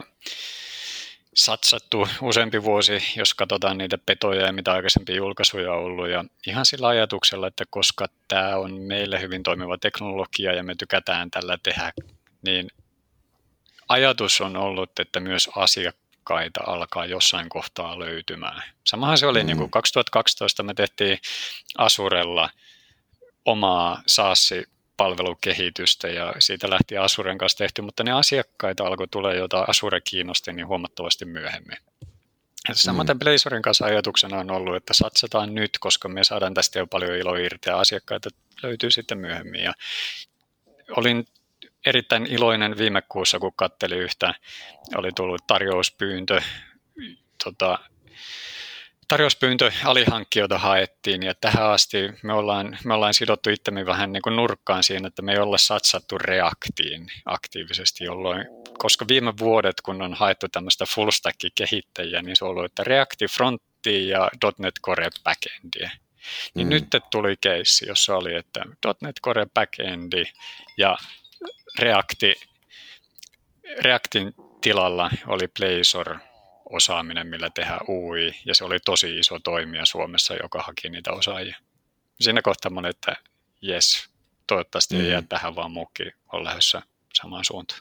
satsattu useampi vuosi, jos katsotaan niitä petoja ja mitä aikaisempia julkaisuja on ollut. Ja ihan sillä ajatuksella, että koska tämä on meille hyvin toimiva teknologia ja me tykätään tällä tehdä, niin ajatus on ollut, että myös asiakkaita alkaa jossain kohtaa löytymään. Samahan se oli, mm. niin kuin kaksituhattakaksitoista me tehtiin Azurella omaa SaaS-palvelukehitystä ja siitä lähti Azuren kanssa tehty, mutta ne asiakkaita alkoi tulla, joita Azure kiinnosti niin huomattavasti myöhemmin. Samaten Blazorin kanssa ajatuksena on ollut, että satsataan nyt, koska me saadaan tästä jo paljon iloa irti ja asiakkaita löytyy sitten myöhemmin. Ja olin erittäin iloinen viime kuussa, kun katselin yhtä, oli tullut tarjouspyyntö, tota, tarjouspyyntö alihankkijoita haettiin ja tähän asti me ollaan, me ollaan sidottu itsemme vähän niin kuin nurkkaan siihen, että me ei olla satsattu Reactiin aktiivisesti, jolloin, koska viime vuodet, kun on haettu tämmöistä full stack-kehittäjiä, niin se on ollut, että Reacti frontti ja .NET Core backendia. Niin mm. nyt tuli keissi, jossa oli, että .NET Core backendi ja Reacti, Reactin tilalla oli Blazor osaaminen, millä tehdään U I, ja se oli tosi iso toimija Suomessa, joka haki niitä osaajia. Siinä kohtaa mä olin, että jes, toivottavasti mm. ei jää tähän, vaan muukin on lähdössä samaan suuntaan.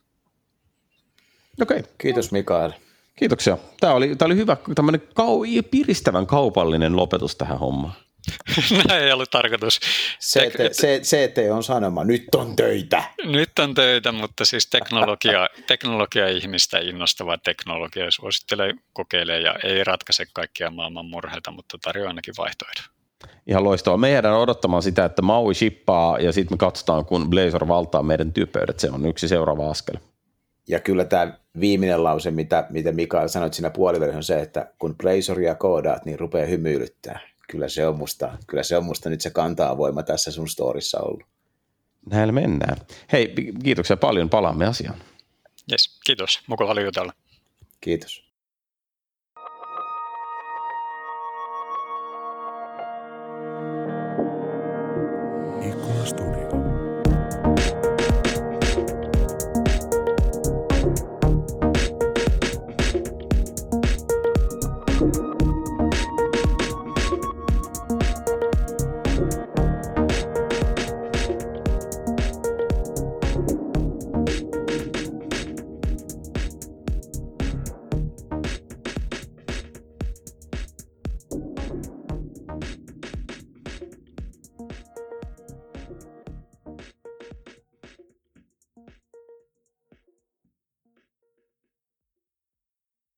Okei. Okay. Kiitos Mikael. Kiitoksia. Tämä oli, tämä oli hyvä, tämmöinen kau- piristävän kaupallinen lopetus tähän hommaan. Näin ei ollut tarkoitus. C T on sanoma, nyt on töitä. Nyt on töitä, mutta siis teknologia, teknologia-ihmistä innostava teknologia suosittelee, kokeilee ja ei ratkaise kaikkia maailman murheita, mutta tarjoaa ainakin vaihtoehdon. Ihan loistavaa. Me jäädään odottamaan sitä, että Maui shippaa ja sitten me katsotaan, kun Blazor valtaa meidän työpöydät. Se on yksi seuraava askel. Ja kyllä tämä viimeinen lause, mitä, mitä Mikael sanoit siinä puolivälissä, on se, että kun Blazoria koodaat, niin rupeaa hymyilyttää. Kyllä se on musta, kyllä se on musta nyt se kantaa voima tässä sun storissa ollut. Näillä mennään. Hei, kiitoksia paljon. Palaamme asiaan. Jes, kiitos. Mukava oli jutella. Kiitos.